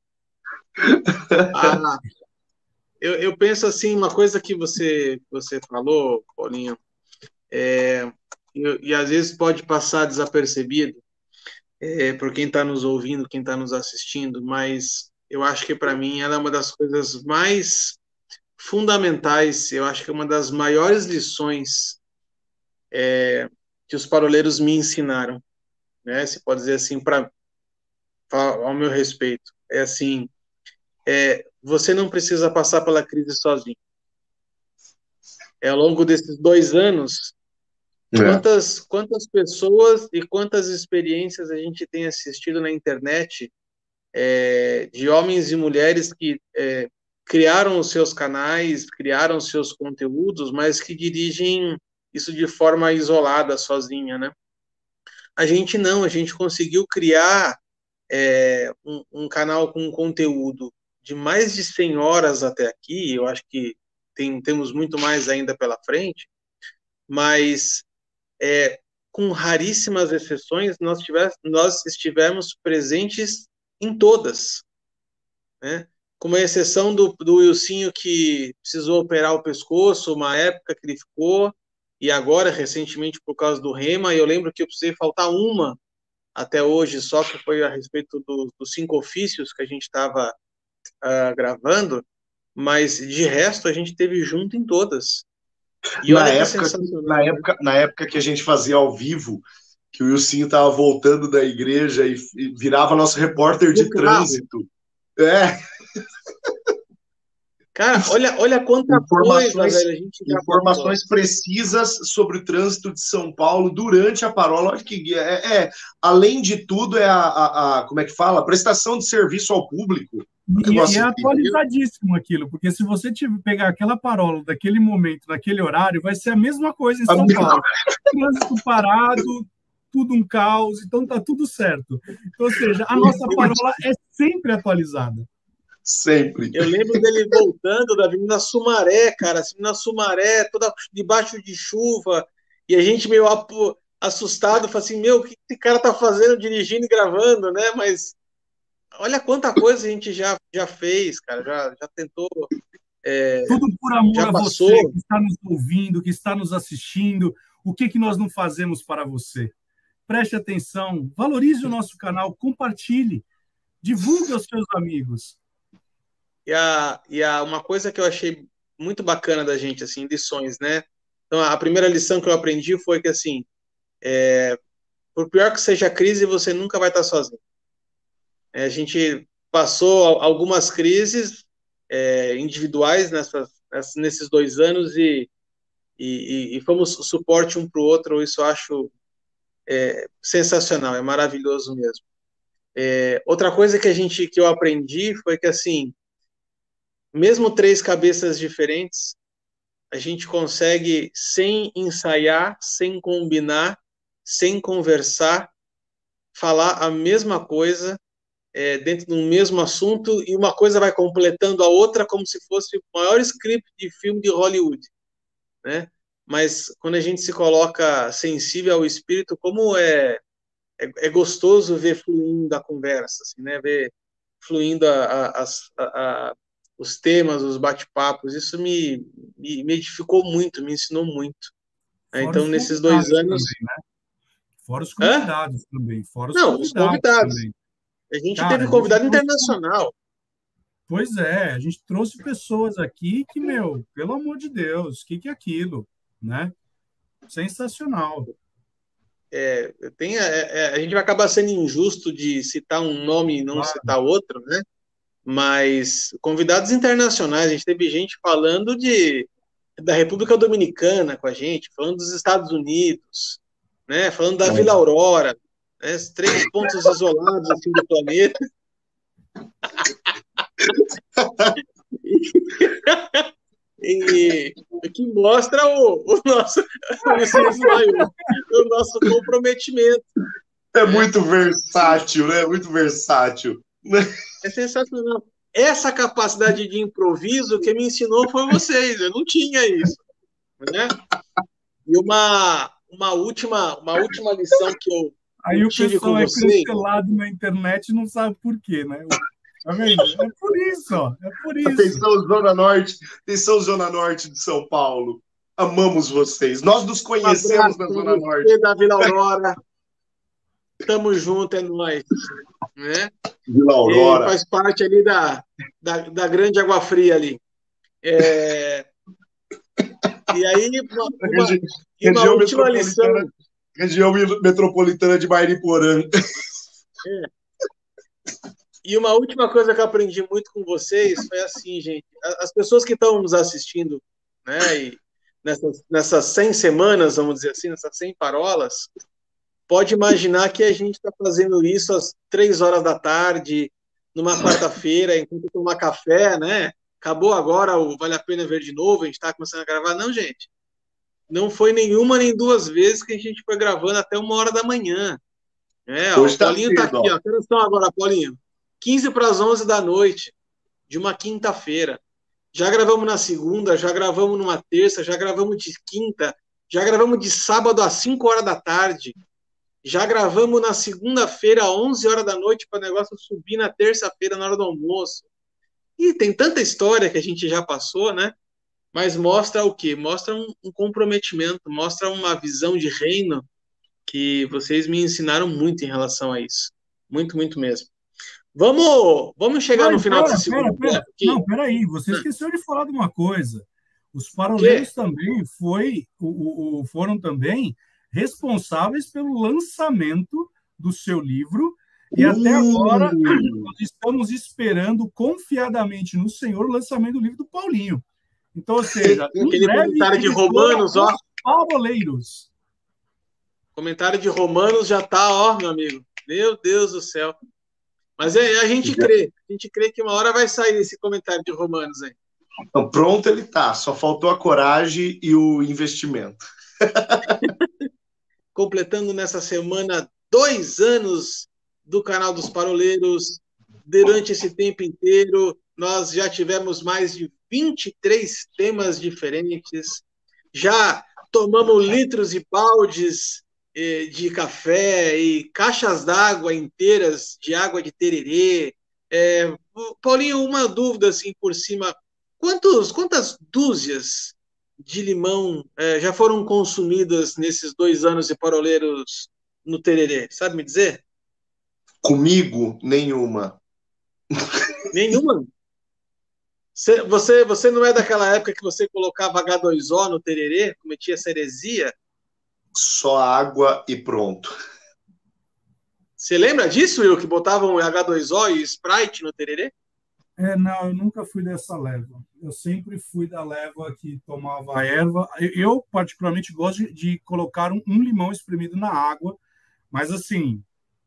Ah, eu, eu penso assim, uma coisa que você, você falou, Paulinho, é, e, e às vezes pode passar desapercebido, É, por quem está nos ouvindo, quem está nos assistindo, mas eu acho que para mim ela é uma das coisas mais fundamentais, eu acho que é uma das maiores lições é, que os paroleiros me ensinaram, né? Se pode dizer assim, para ao meu respeito, é assim, é, você não precisa passar pela crise sozinho. É, ao longo desses dois anos, Quantas, quantas pessoas e quantas experiências a gente tem assistido na internet é, de homens e mulheres que é, criaram os seus canais, criaram os seus conteúdos, mas que dirigem isso de forma isolada, sozinha, né? A gente não, a gente conseguiu criar é, um, um canal com conteúdo de mais de cem horas até aqui, eu acho que tem, temos muito mais ainda pela frente, mas... É, com raríssimas exceções, nós, tivemos, nós estivemos presentes em todas, né? Com exceção do, do Wilsinho, que precisou operar o pescoço, uma época que ele ficou, e agora, recentemente, por causa do rema, eu lembro que eu precisei faltar uma até hoje, só que foi a respeito do, dos cinco ofícios que a gente estava uh, gravando, mas, de resto, a gente esteve junto em todas. E na, época, na, época, na época que a gente fazia ao vivo, que o Wilsinho estava voltando da igreja e, e virava nosso repórter de trânsito. É. Cara, olha, olha quanta informações, coisa, velho, a gente já informações precisas sobre o trânsito de São Paulo durante a parola. Olha que é, é além de tudo, é a, a, a, como é que fala? A prestação de serviço ao público. E, e é atualizadíssimo aquilo, porque se você tiver, pegar aquela parola daquele momento, naquele horário, vai ser a mesma coisa em São Paulo. Trânsito parado, tudo um caos, então tá tudo certo. Então, ou seja, a nossa parola é sempre atualizada. Sempre. Eu lembro dele voltando da Avenida Sumaré, cara, assim, na Sumaré, toda debaixo de chuva, e a gente meio assustado, falou assim, meu, o que esse cara tá fazendo, dirigindo e gravando, né? Mas olha quanta coisa a gente já, já fez, cara, já, já tentou. É, Tudo por amor a você que está nos ouvindo, que está nos assistindo. O que, que nós não fazemos para você? Preste atenção, valorize o nosso canal, compartilhe, divulgue aos seus amigos. E, a, e a, uma coisa que eu achei muito bacana da gente, assim, lições, né? Então, a primeira lição que eu aprendi foi que, assim, é, por pior que seja a crise, você nunca vai estar sozinho. É, a gente passou algumas crises é, individuais nessas, nesses dois anos e, e, e fomos suporte um para o outro. Isso eu acho é, sensacional, é maravilhoso mesmo. É, outra coisa que a gente que eu aprendi foi que, assim, mesmo três cabeças diferentes, a gente consegue, sem ensaiar, sem combinar, sem conversar, falar a mesma coisa é, dentro de um mesmo assunto, e uma coisa vai completando a outra como se fosse o maior script de filme de Hollywood, né? Mas quando a gente se coloca sensível ao espírito, como é, é, é gostoso ver fluindo a conversa, assim, né? Ver fluindo a, a, a, a os temas, os bate-papos, isso me, me, me edificou muito, me ensinou muito. Fora então, nesses dois anos... Também, né? Fora os convidados Hã? também. Fora os Não, convidados os convidados. Também. A gente Cara, teve convidado a gente internacional. Trouxe... Pois é, a gente trouxe pessoas aqui que, meu, pelo amor de Deus, o que, que é aquilo, né? Sensacional. É, tem, é, a gente vai acabar sendo injusto de citar um nome e não claro. citar outro, né? Mas convidados internacionais, a gente teve gente falando de, da República Dominicana com a gente, falando dos Estados Unidos, né, falando da Vila Aurora, né, os três pontos isolados assim, do planeta. E, e que mostra o, o nosso o nosso comprometimento. É muito versátil, né? Muito versátil. É sensacional. Essa capacidade de improviso que me ensinou foi vocês. Eu não tinha isso, né? E uma, uma, última, uma última lição que eu Aí tive com Aí o pessoal é vocês... cancelado na internet e não sabe por quê, né? Tá vendo? É por isso, ó. É por isso. Atenção, Zona Norte. Atenção, Zona Norte de São Paulo. Amamos vocês. Nós nos conhecemos um na Zona Norte. Da Vila Aurora. Tamo junto, é nóis. Né? Vila Aurora. E faz parte ali da, da, da grande Água Fria ali. É... E aí, uma, uma, Regi e uma região última lição. Região metropolitana de Mariporã. É. E uma última coisa que eu aprendi muito com vocês foi assim, gente. As pessoas que estão nos assistindo, né, e nessas, nessas cem semanas, vamos dizer assim, nessas cem parolas, pode imaginar que a gente está fazendo isso às três horas da tarde, numa quarta-feira, enquanto tomar café, né? Acabou agora o Vale a Pena Ver de Novo, a gente está começando a gravar. Não, gente. Não foi nenhuma nem duas vezes que a gente foi gravando até uma hora da manhã. É, ó, o Paulinho está aqui, ó. Que horas são agora, Paulinho? quinze para as onze da noite, de uma quinta-feira. Já gravamos na segunda, já gravamos numa terça, já gravamos de quinta, já gravamos de sábado às cinco horas da tarde. Já gravamos na segunda-feira, às onze horas da noite, para o negócio subir na terça-feira, na hora do almoço. E tem tanta história que a gente já passou, né? Mas mostra o quê? Mostra um, um comprometimento, mostra uma visão de reino que vocês me ensinaram muito em relação a isso. Muito, muito mesmo. Vamos, vamos chegar Ai, no final pera, desse segundo pera, pera. aqui. Não, peraí, você esqueceu de falar de uma coisa. Os paroleiros também foi, o, o, foram também responsáveis pelo lançamento do seu livro E até agora, nós estamos esperando confiadamente no Senhor o lançamento do livro do Paulinho. Então, ou seja, aquele comentário de Romanos, ó. Paroleiros. Comentário de Romanos já tá, ó, meu amigo. Meu Deus do céu. Mas é, a gente crê. A gente crê que uma hora vai sair esse comentário de Romanos aí. Então, pronto, ele tá. Só faltou a coragem e o investimento. Completando nessa semana dois anos do canal dos Paroleiros. Durante esse tempo inteiro, nós já tivemos mais de vinte e três temas diferentes. Já tomamos litros e baldes eh, de café e caixas d'água inteiras de água de tererê. É, Paulinho, uma dúvida assim por cima. Quantos, quantas dúzias de limão eh, já foram consumidas nesses dois anos de Paroleiros no tererê? Sabe me dizer? Comigo, nenhuma. Nenhuma? Você, você não é daquela época que você colocava agá dois ó no tererê, cometia essa heresia? Só água e pronto. Você lembra disso, Will, que botavam agá dois ó e Sprite no tererê? É, não, eu nunca fui dessa leva. Eu sempre fui da leva que tomava erva. Eu, particularmente, gosto de, de colocar um, um limão espremido na água, mas assim,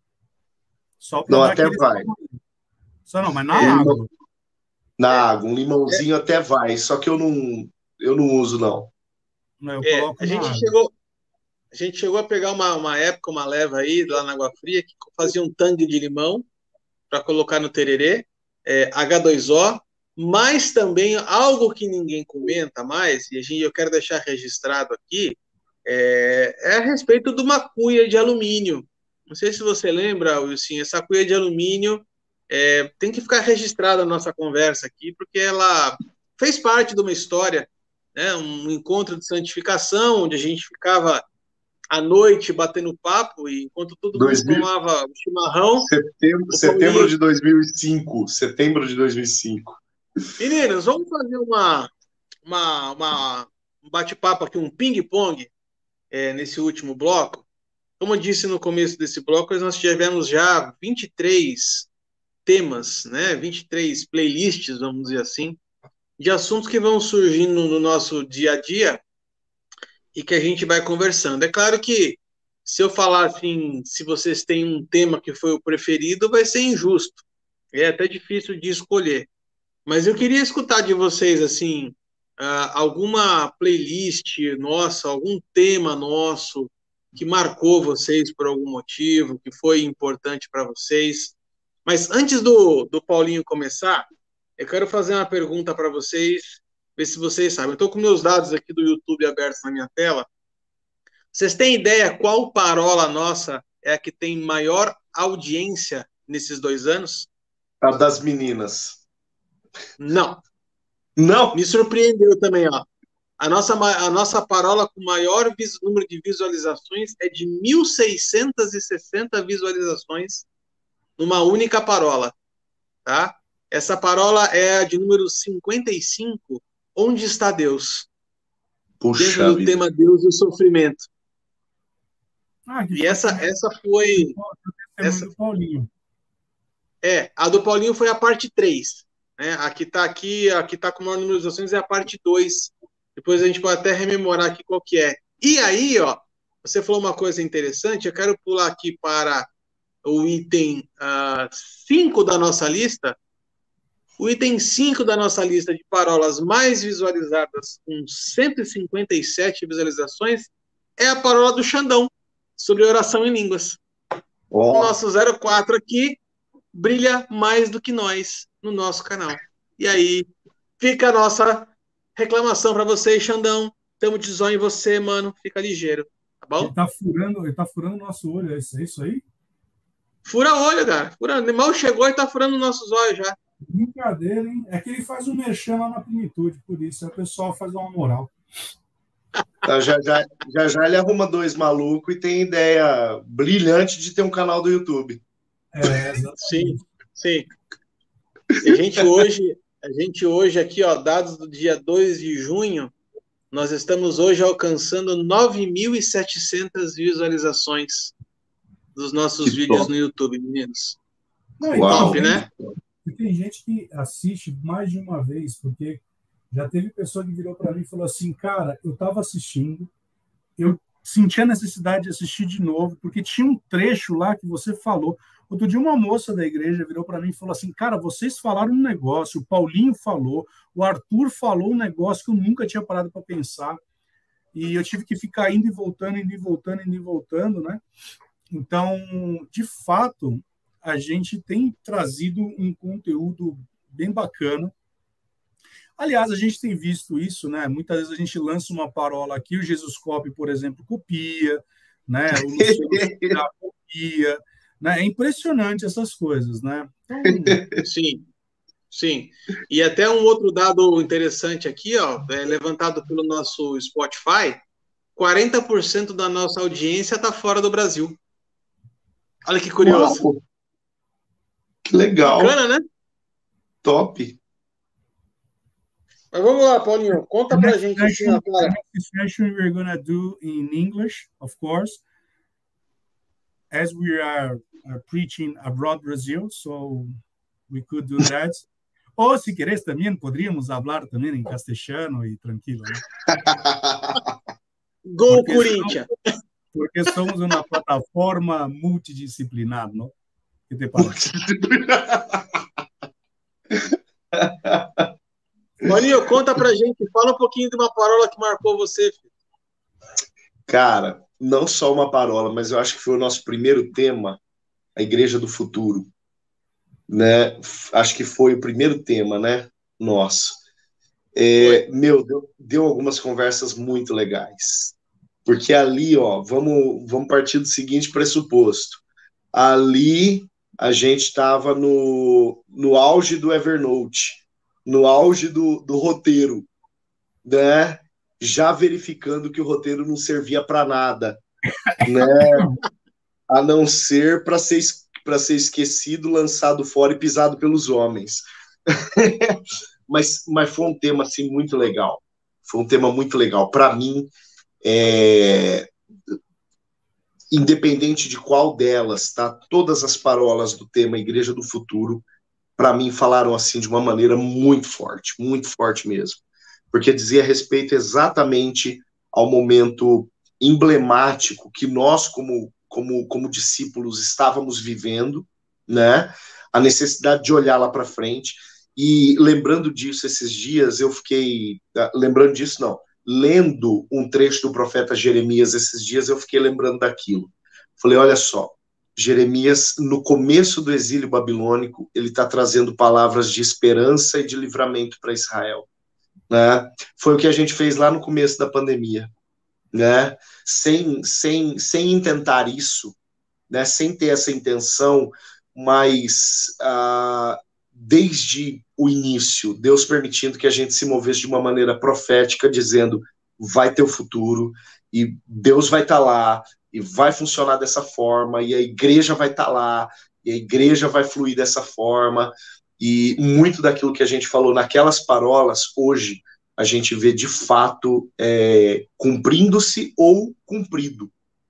só para Não, dar até aquele vai. sabor. Só não, mas na É, água. Na água, um limãozinho é. até vai, só que eu não, eu não uso, não. Eu é, coloco a, gente água. chegou, a gente chegou a pegar uma, uma época, uma leva aí, lá na Água Fria, que fazia um tangue de limão para colocar no tererê, é, agá dois ó, mas também algo que ninguém comenta mais, e a gente, eu quero deixar registrado aqui, é, é a respeito de uma cuia de alumínio. Não sei se você lembra, Wilson, essa cuia de alumínio é, tem que ficar registrada a nossa conversa aqui, porque ela fez parte de uma história, né, um encontro de santificação, onde a gente ficava à noite batendo papo, e enquanto todo dois mil... mundo tomava o chimarrão... Setembro, setembro Paulinho... de dois mil e cinco. Setembro de dois mil e cinco. Meninos, vamos fazer uma, uma, uma um bate-papo aqui, um ping-pong, é, nesse último bloco. Como eu disse no começo desse bloco, nós tivemos já vinte e três temas, né, vinte e três playlists, vamos dizer assim, de assuntos que vão surgindo no nosso dia a dia e que a gente vai conversando. É claro que se eu falar assim, se vocês têm um tema que foi o preferido, vai ser injusto. É até difícil de escolher. Mas eu queria escutar de vocês, assim, uh, alguma playlist nossa, algum tema nosso que marcou vocês por algum motivo, que foi importante para vocês. Mas antes do, do Paulinho começar, eu quero fazer uma pergunta para vocês, ver se vocês sabem. Eu estou com meus dados aqui do YouTube abertos na minha tela. Vocês têm ideia qual parola nossa é a que tem maior audiência nesses dois anos? A das meninas. Não. Não? Me surpreendeu também, ó. A nossa, a nossa parola com maior vis, número de visualizações é de mil seiscentas e sessenta visualizações numa única parola, tá? Essa parola é a de número cinquenta e cinco, Onde está Deus? Puxa dentro do vida. tema Deus e o sofrimento. Ah, e essa, essa foi... Essa, do Paulinho. É, a do Paulinho foi a parte três. Né? A que está aqui, a que está com maior número de visualizações é a parte dois. Depois a gente pode até rememorar aqui qual que é. E aí, ó, você falou uma coisa interessante, eu quero pular aqui para o item cinco uh, da nossa lista. O item cinco da nossa lista de parolas mais visualizadas, com cento e cinquenta e sete visualizações, é a parola do Xandão, sobre oração em línguas. Oh. O nosso zero quatro aqui brilha mais do que nós no nosso canal. E aí, fica a nossa reclamação para vocês, Xandão. Tamo de zóio em você, mano. Fica ligeiro, tá bom? Ele tá furando, ele tá furando o nosso olho, é isso, é isso aí? Fura olho, cara. Fura... Mal chegou e tá furando nossos olhos já. Brincadeira, hein? É que ele faz um merchan lá na plenitude, por isso. Aí o pessoal faz uma moral. Então, já, já, já já ele arruma dois malucos e tem ideia brilhante de ter um canal do YouTube. É, exatamente. Sim, sim. A gente hoje, a gente hoje aqui, ó, dados do dia dois de junho, nós estamos hoje alcançando nove mil e setecentas visualizações. dos nossos Que vídeos top. no YouTube, meninos. Não, Uau. Top, né? E tem gente que assiste mais de uma vez, porque já teve pessoa que virou para mim e falou assim, cara, eu estava assistindo, eu senti a necessidade de assistir de novo, porque tinha um trecho lá que você falou. Outro dia uma moça da igreja virou para mim e falou assim, cara, vocês falaram um negócio, o Paulinho falou, o Arthur falou um negócio que eu nunca tinha parado para pensar. E eu tive que ficar indo e voltando, indo e voltando, indo e voltando, né? Então, de fato, a gente tem trazido um conteúdo bem bacana. Aliás, a gente tem visto isso, né? Muitas vezes a gente lança uma parola aqui, o Jesus Copy, por exemplo, copia, né? O Luciano copia, né? É impressionante essas coisas, né? Então... Sim, sim. E até um outro dado interessante aqui, ó, é levantado pelo nosso Spotify, quarenta por cento da nossa audiência está fora do Brasil. Olha que curioso. Uau. Que legal. Bacana, né? Top. Mas vamos lá, Paulinho, conta pra gente assim, ó, cara. Next session we're gonna do in English, of course, as we are, are preaching abroad Brazil, so we could do that. Ou se queres também podríamos falar também em castelhano e tranquilo, né? Gol Corinthians. Porque somos uma plataforma multidisciplinar, não? Que te parece? Paulinho, conta pra gente, fala um pouquinho de uma parola que marcou você, filho. Cara, não só uma parola, mas eu acho que foi o nosso primeiro tema, a Igreja do Futuro, né? Acho que foi o primeiro tema, né? Nosso. É, meu, deu, deu algumas conversas muito legais, porque ali, ó, vamos, vamos partir do seguinte pressuposto. Ali a gente estava no, no auge do Evernote, no auge do, do roteiro, né? Já verificando que o roteiro não servia para nada, né? A não ser para ser, para ser esquecido, lançado fora e pisado pelos homens. mas, mas foi um tema assim, muito legal. Foi um tema muito legal. Para mim, é... independente de qual delas, tá? Todas as parolas do tema Igreja do Futuro, para mim, falaram assim de uma maneira muito forte, muito forte mesmo, porque dizia respeito exatamente ao momento emblemático que nós, como, como, como discípulos, estávamos vivendo, né? A necessidade de olhar lá para frente. E lembrando disso esses dias, eu fiquei... Lembrando disso, não. Lendo um trecho do profeta Jeremias esses dias, eu fiquei lembrando daquilo. Falei, olha só, Jeremias, no começo do exílio babilônico, ele está trazendo palavras de esperança e de livramento para Israel, né? Foi o que a gente fez lá no começo da pandemia, né? Sem, sem, sem intentar isso, né? Sem ter essa intenção, mas ah, desde o início, Deus permitindo que a gente se movesse de uma maneira profética, dizendo, vai ter o futuro, e Deus vai estar tá lá, e vai funcionar dessa forma, e a igreja vai estar tá lá, e a igreja vai fluir dessa forma, e muito daquilo que a gente falou naquelas parolas, hoje, a gente vê de fato é, cumprindo-se ou cumprido.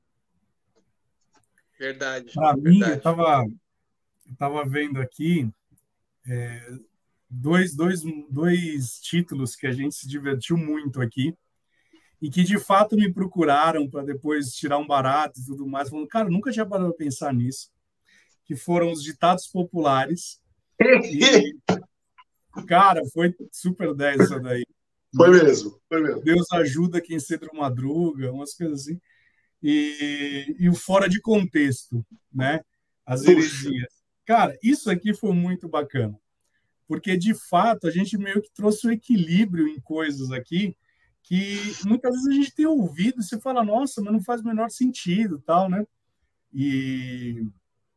Verdade. Para mim, eu estava eu tava vendo aqui é, dois, dois, dois títulos que a gente se divertiu muito aqui, e que de fato me procuraram para depois tirar um barato e tudo mais, falando, cara, nunca tinha parado para pensar nisso, que foram os ditados populares. E, cara, foi super dez essa daí. Foi mesmo, foi mesmo. Deus ajuda quem cedo madruga, umas coisas assim. E, e o fora de contexto, né? As heresias. Cara, isso aqui foi muito bacana, porque de fato a gente meio que trouxe o equilíbrio em coisas aqui que muitas vezes a gente tem ouvido e você fala, nossa, mas não faz o menor sentido, tal, né? E,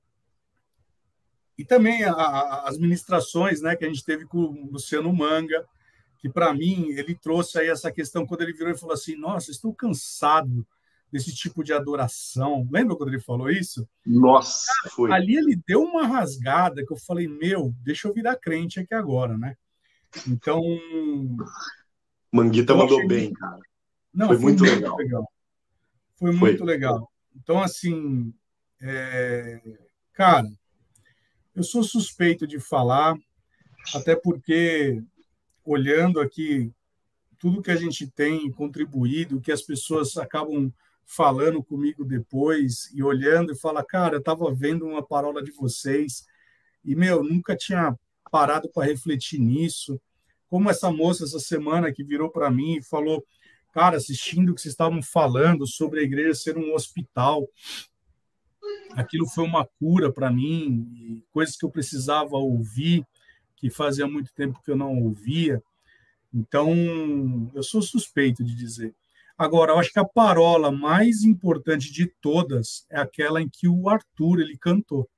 e também a, a, as ministrações, né, que a gente teve com o Luciano Manga, que para mim ele trouxe aí essa questão quando ele virou e falou assim, nossa, estou cansado desse tipo de adoração. Lembra quando ele falou isso? Nossa, foi. Ali ele deu uma rasgada que eu falei, meu, deixa eu virar crente aqui agora, né? Então... Manguita mandou achei... bem, cara. Não, foi, foi muito muito legal. legal. Foi, foi muito legal. Então, assim, É, cara, eu sou suspeito de falar, até porque, olhando aqui tudo que a gente tem contribuído, que as pessoas acabam falando comigo depois e olhando e fala, cara, eu estava vendo uma parola de vocês e, meu, nunca tinha parado para refletir nisso. Como essa moça essa semana que virou para mim e falou, cara, assistindo o que vocês estavam falando sobre a igreja ser um hospital, aquilo foi uma cura para mim, coisas que eu precisava ouvir, que fazia muito tempo que eu não ouvia. Então, eu sou suspeito de dizer. Agora, eu acho que a parola mais importante de todas é aquela em que o Arthur ele cantou.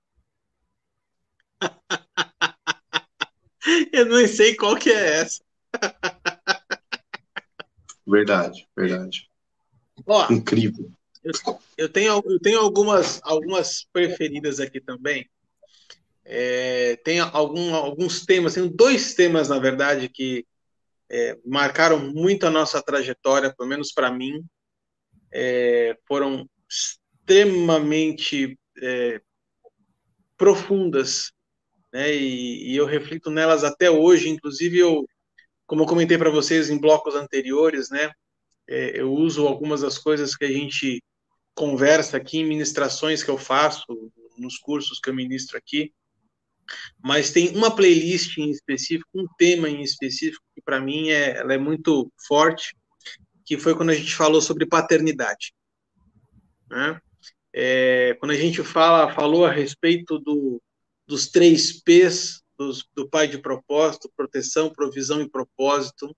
Eu não sei qual que é essa. Verdade, verdade. Ó, incrível. Eu, eu, tenho, eu tenho algumas, algumas preferidas aqui também. É, tem algum, alguns temas, tem dois temas, na verdade, que é, marcaram muito a nossa trajetória, pelo menos para mim. É, foram extremamente é, profundas, né? E, e eu reflito nelas até hoje. Inclusive, eu, como eu comentei para vocês em blocos anteriores, né? É, eu uso algumas das coisas que a gente conversa aqui em ministrações que eu faço, nos cursos que eu ministro aqui, mas tem uma playlist em específico, um tema em específico, que para mim é, ela é muito forte, que foi quando a gente falou sobre paternidade. Né? É, quando a gente fala, falou a respeito do, dos três P's, dos, do pai de propósito, proteção, provisão e propósito,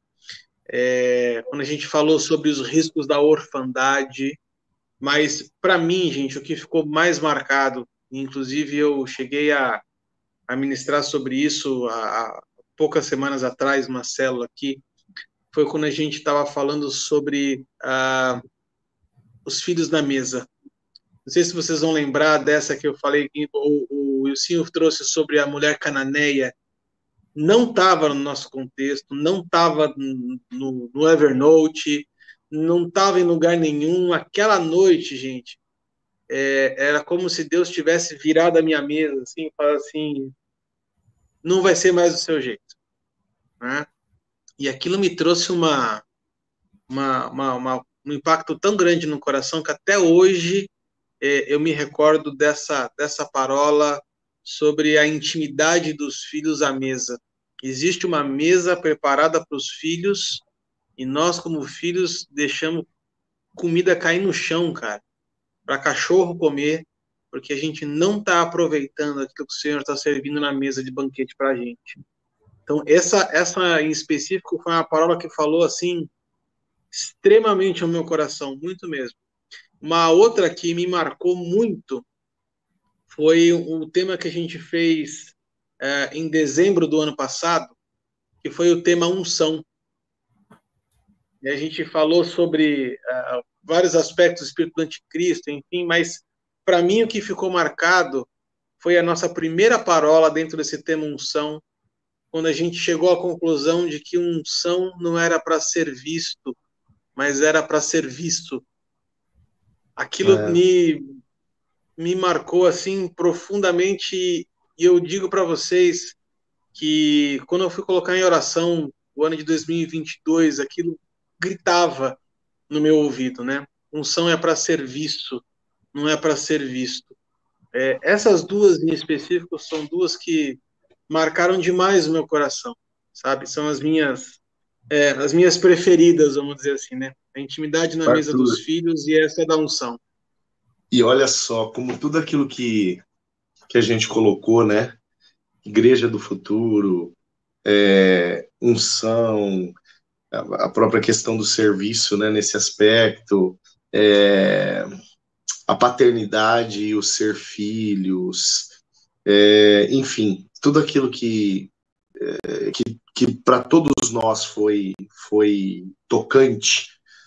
é, quando a gente falou sobre os riscos da orfandade, mas para mim, gente, o que ficou mais marcado, inclusive eu cheguei a, a ministrar sobre isso há, há poucas semanas atrás, uma célula aqui, foi quando a gente estava falando sobre ah, os filhos na mesa. Não sei se vocês vão lembrar dessa que eu falei, o, o Wilson trouxe sobre a mulher cananeia. Não estava no nosso contexto, não estava no, no Evernote, não estava em lugar nenhum. Aquela noite, gente, é, era como se Deus tivesse virado a minha mesa, assim, e falado assim, não vai ser mais do seu jeito. Né? E aquilo me trouxe uma, uma, uma, uma, um impacto tão grande no coração que até hoje é, eu me recordo dessa, dessa parola sobre a intimidade dos filhos à mesa. Existe uma mesa preparada para os filhos e nós, como filhos, deixamos comida cair no chão, cara, para cachorro comer, porque a gente não está aproveitando aquilo que o Senhor está servindo na mesa de banquete para a gente. Então, essa, essa em específico foi uma palavra que falou assim, extremamente ao meu coração, muito mesmo. Uma outra que me marcou muito foi o tema que a gente fez é, em dezembro do ano passado, que foi o tema unção. E a gente falou sobre uh, vários aspectos do Espírito do Anticristo, enfim, mas para mim o que ficou marcado foi a nossa primeira parola dentro desse tema unção, quando a gente chegou à conclusão de que unção não era para ser visto, mas era para ser visto. Aquilo é. me, me marcou assim profundamente, e eu digo para vocês que quando eu fui colocar em oração o ano de dois mil e vinte e dois, aquilo gritava no meu ouvido, né? Unção é para ser visto, não é para ser visto. É, essas duas em específico são duas que marcaram demais o meu coração, sabe? São as minhas, é, as minhas preferidas, vamos dizer assim, né? A intimidade na Arthur. Mesa dos filhos e essa da unção. E olha só, como tudo aquilo que, que a gente colocou, né? Igreja do futuro, é, unção, a própria questão do serviço, né, nesse aspecto, é, a paternidade e o ser filhos, é, enfim, tudo aquilo que, é, que, que para todos nós foi, foi tocante,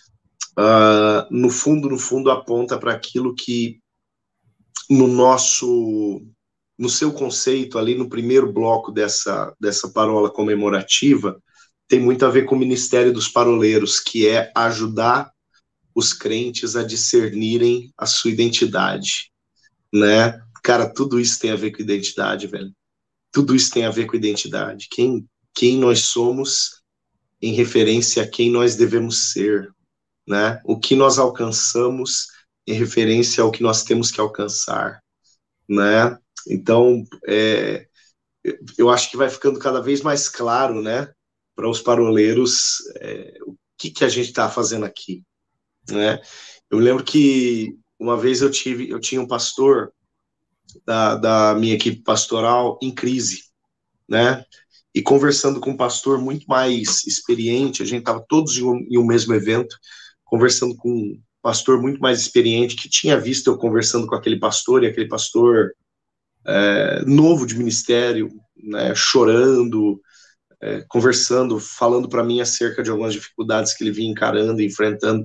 uh, no fundo, no fundo aponta para aquilo que no nosso, no seu conceito, ali no primeiro bloco dessa, dessa parola comemorativa, tem muito a ver com o ministério dos paroleiros, que é ajudar os crentes a discernirem a sua identidade, né? Cara, tudo isso tem a ver com identidade, velho. Tudo isso tem a ver com identidade. Quem, quem nós somos em referência a quem nós devemos ser, né? O que nós alcançamos em referência ao que nós temos que alcançar, né? Então, é, eu acho que vai ficando cada vez mais claro, né, para os paroleiros, é, o que, que a gente está fazendo aqui, né? Eu lembro que uma vez eu tive, eu tinha um pastor da, da minha equipe pastoral em crise, né? E conversando com um pastor muito mais experiente, a gente estava todos em um, em um mesmo evento, conversando com um pastor muito mais experiente, que tinha visto eu conversando com aquele pastor, e aquele pastor é, novo de ministério, né, chorando, é, conversando, falando para mim acerca de algumas dificuldades que ele vinha encarando, enfrentando.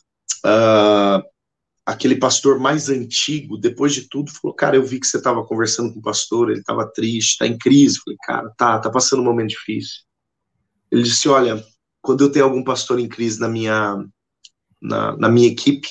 Uh, aquele pastor mais antigo, depois de tudo, falou, cara, eu vi que você estava conversando com o pastor, ele estava triste, está em crise. Falei, cara, tá, tá passando um momento difícil. Ele disse, olha, quando eu tenho algum pastor em crise na minha, na, na minha equipe,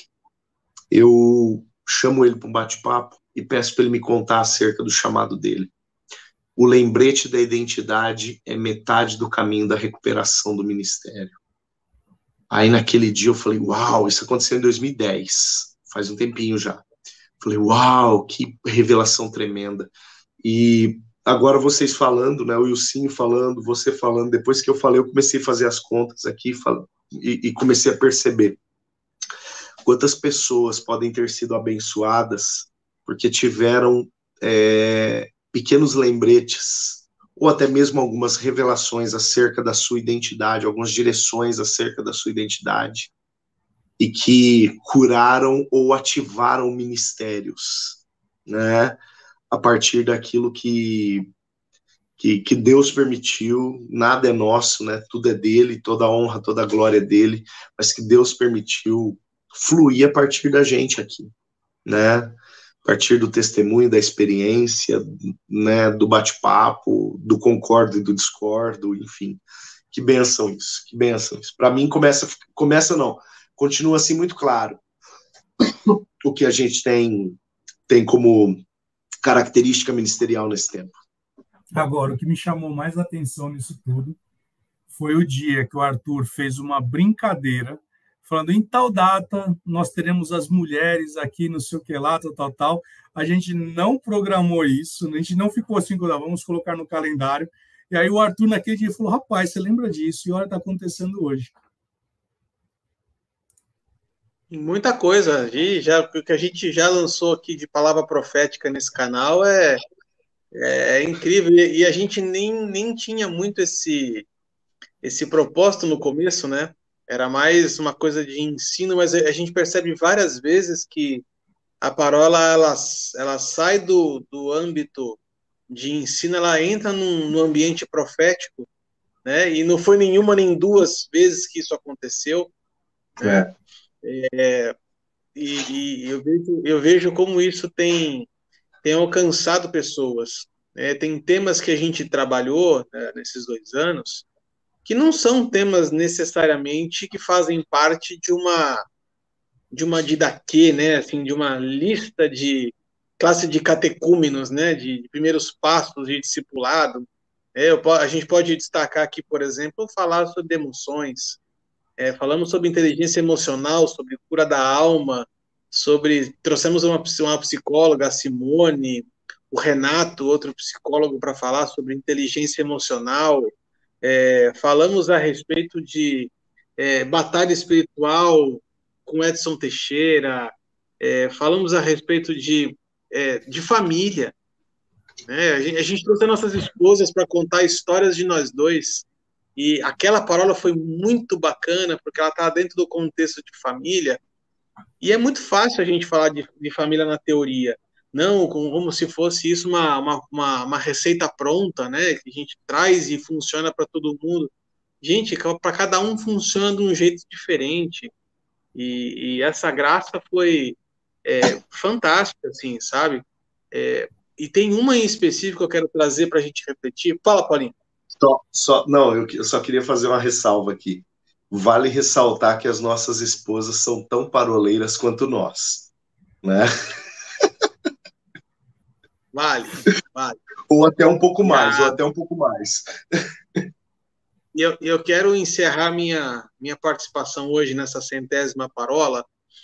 eu chamo ele para um bate-papo e peço para ele me contar acerca do chamado dele. O lembrete da identidade é metade do caminho da recuperação do ministério. Aí naquele dia eu falei, uau, isso aconteceu em dois mil e dez, faz um tempinho já. Falei, uau, que revelação tremenda. E agora vocês falando, né, o Ilcinho falando, você falando, depois que eu falei, eu comecei a fazer as contas aqui e, e comecei a perceber quantas pessoas podem ter sido abençoadas porque tiveram é, pequenos lembretes, ou até mesmo algumas revelações acerca da sua identidade, algumas direções acerca da sua identidade, e que curaram ou ativaram ministérios, né, a partir daquilo que, que, que Deus permitiu. Nada é nosso, né, tudo é dele, toda a honra, toda a glória é dele, mas que Deus permitiu fluir a partir da gente aqui, né, a partir do testemunho, da experiência, né, do bate-papo, do concordo e do discordo, enfim. Que bênção isso, que bênção isso. Para mim começa, começa não, continua assim muito claro o que a gente tem, tem como característica ministerial nesse tempo. Agora, o que me chamou mais atenção nisso tudo foi o dia que o Arthur fez uma brincadeira falando, em tal data, nós teremos as mulheres aqui, não sei o que lá, tal, tal, tal. A gente não programou isso, a gente não ficou assim, vamos colocar no calendário. E aí o Arthur, naquele dia, falou, rapaz, você lembra disso? E olha, está acontecendo hoje. Muita coisa. E já, o que a gente já lançou aqui de palavra profética nesse canal é, é incrível. E a gente nem, nem tinha muito esse, esse propósito no começo, né? Era mais uma coisa de ensino, mas a gente percebe várias vezes que a parola ela, ela sai do, do âmbito de ensino, ela entra num, no ambiente profético, né? E não foi nenhuma nem duas vezes que isso aconteceu, né? É. É, e e eu, vejo, eu vejo como isso tem, tem alcançado pessoas, né? Tem temas que a gente trabalhou, né, nesses dois anos, que não são temas necessariamente que fazem parte de uma de uma didaquê, né, assim, de uma lista de classe de catecúmenos, né, de, de primeiros passos de discipulado. É, eu, a gente pode destacar aqui, por exemplo, falar sobre emoções, é, falamos sobre inteligência emocional, sobre cura da alma, sobre trouxemos uma, uma psicóloga, a Simone, o Renato, outro psicólogo, para falar sobre inteligência emocional. É, falamos a respeito de é, batalha espiritual com Edson Teixeira, é, falamos a respeito de, é, de família, né? A gente, a gente trouxe as nossas esposas para contar histórias de nós dois, e aquela parola foi muito bacana, porque ela está dentro do contexto de família, e é muito fácil a gente falar de, de família na teoria, não como se fosse isso uma, uma, uma, uma receita pronta, né, que a gente traz e funciona para todo mundo. Gente, para cada um funciona de um jeito diferente, e, e essa graça foi é, fantástica, assim, sabe? É, e tem uma em específico que eu quero trazer para a gente refletir. Fala, Paulinho. Só, só, não, eu, eu só queria fazer uma ressalva aqui. Vale ressaltar que as nossas esposas são tão paroleiras quanto nós, né? Vale, vale. Ou até um pouco mais, ah, ou até um pouco mais. E eu, eu quero encerrar minha, minha participação hoje nessa centésima parola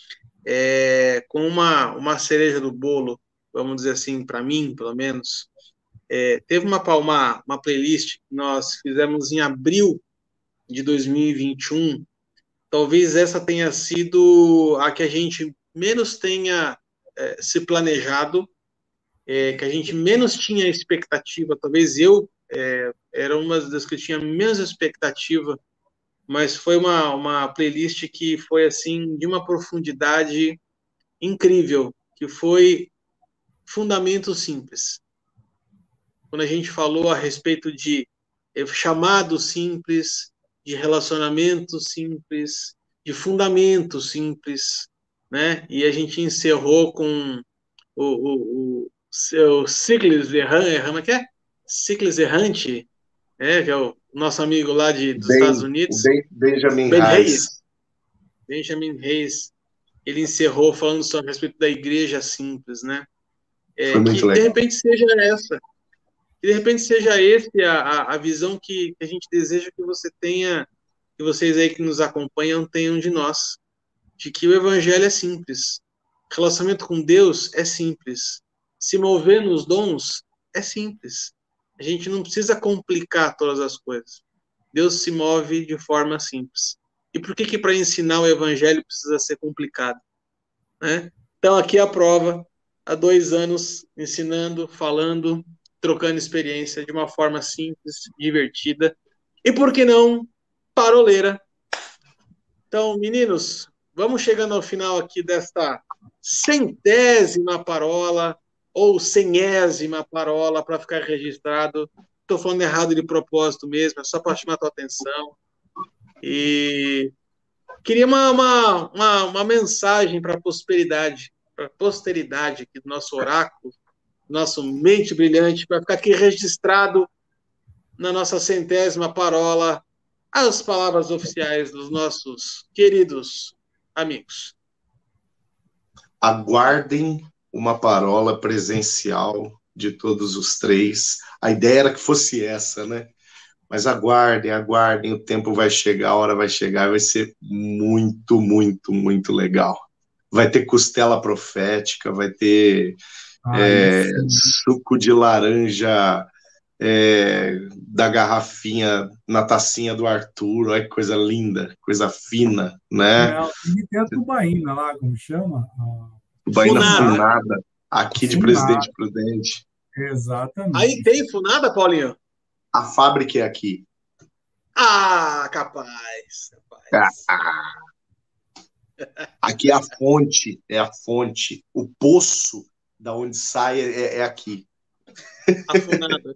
é, com uma, uma cereja do bolo, vamos dizer assim, para mim, pelo menos. É, teve uma, uma, uma playlist que nós fizemos em abril de dois mil e vinte e um. Talvez essa tenha sido a que a gente menos tenha é, se planejado, é, que a gente menos tinha expectativa. Talvez eu é, era uma das que tinha menos expectativa, mas foi uma, uma playlist que foi assim de uma profundidade incrível, que foi Fundamento Simples. Quando a gente falou a respeito de chamado simples, de relacionamento simples, de fundamento simples, né? E a gente encerrou com o, o, o seu Ciclis Errante, que é? Ciclis Errante, é, que é o nosso amigo lá de, dos ben, Estados Unidos. Ben, Benjamin Ben Reis. Reis. Benjamin Reis. Ele encerrou falando sobre a respeito da igreja simples, né? É, Foi muito que legal. De repente seja essa. Que de repente seja esse a, a visão que, que a gente deseja que você tenha, que vocês aí que nos acompanham tenham de nós, de que o evangelho é simples, relacionamento com Deus é simples, se mover nos dons é simples, a gente não precisa complicar todas as coisas, Deus se move de forma simples. E por que que para ensinar o evangelho precisa ser complicado, né? Então aqui a prova, há dois anos ensinando, falando, trocando experiência de uma forma simples, divertida e, por que não, paroleira. Então, meninos, vamos chegando ao final aqui desta centésima parola ou centésima parola para ficar registrado. Estou falando errado de propósito mesmo, é só para chamar a tua atenção. E queria uma, uma, uma, uma mensagem para a prosperidade, para a posteridade aqui do nosso oráculo, nosso mente brilhante, para ficar aqui registrado na nossa centésima parola as palavras oficiais dos nossos queridos amigos. Aguardem uma parola presencial de todos os três. A ideia era que fosse essa, né? Mas aguardem, aguardem, o tempo vai chegar, a hora vai chegar, vai ser muito, muito, muito legal. Vai ter costela profética, vai ter É, suco de laranja é, da garrafinha na tacinha do Arthur, olha que coisa linda, coisa fina, né? Não, tem a tubaína lá, como chama? Tubaína funada, funada aqui funada. De Presidente Prudente. Exatamente. Aí tem funada, Paulinho? A fábrica é aqui. Ah, capaz, capaz. Ah, aqui é a fonte, é a fonte, o poço da onde sai é, é aqui. Afunado.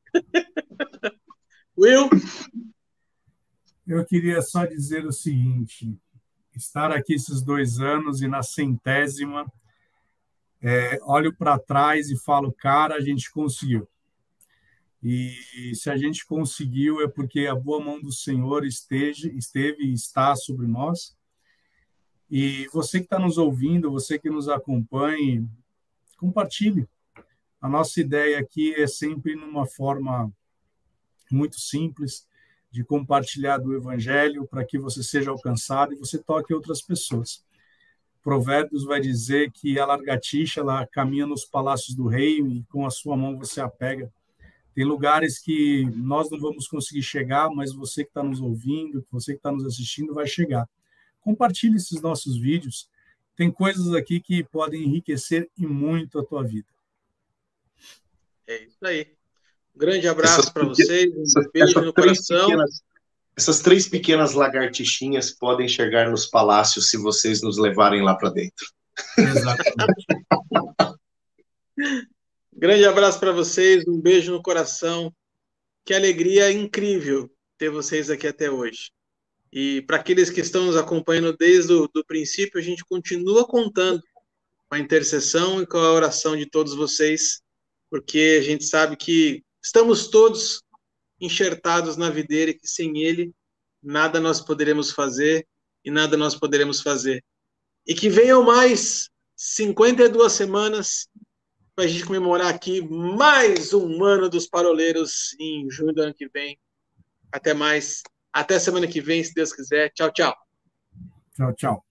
Will? Eu queria só dizer o seguinte, estar aqui esses dois anos e na centésima, é, olho para trás e falo, cara, a gente conseguiu. E se a gente conseguiu é porque a boa mão do Senhor esteja, esteve e está sobre nós. E você que está nos ouvindo, você que nos acompanhe, compartilhe. A nossa ideia aqui é sempre numa forma muito simples de compartilhar do Evangelho para que você seja alcançado e você toque outras pessoas. Provérbios vai dizer que a lagartixa ela caminha nos palácios do rei e com a sua mão você a pega. Tem lugares que nós não vamos conseguir chegar, mas você que está nos ouvindo, você que está nos assistindo vai chegar. Compartilhe esses nossos vídeos. Tem coisas aqui que podem enriquecer e muito a tua vida. É isso aí. Um grande abraço para vocês, um beijo no coração. Pequenas, essas três pequenas lagartixinhas podem chegar nos palácios se vocês nos levarem lá para dentro. Exatamente. Grande abraço para vocês, um beijo no coração. Que alegria incrível ter vocês aqui até hoje. E para aqueles que estão nos acompanhando desde o do princípio, a gente continua contando com a intercessão e com a oração de todos vocês, porque a gente sabe que estamos todos enxertados na videira e que sem ele nada nós poderemos fazer e nada nós poderemos fazer. E que venham mais cinquenta e duas semanas para a gente comemorar aqui mais um ano dos Paroleiros em junho do ano que vem. Até mais. Até semana que vem, se Deus quiser. Tchau, tchau. Tchau, tchau.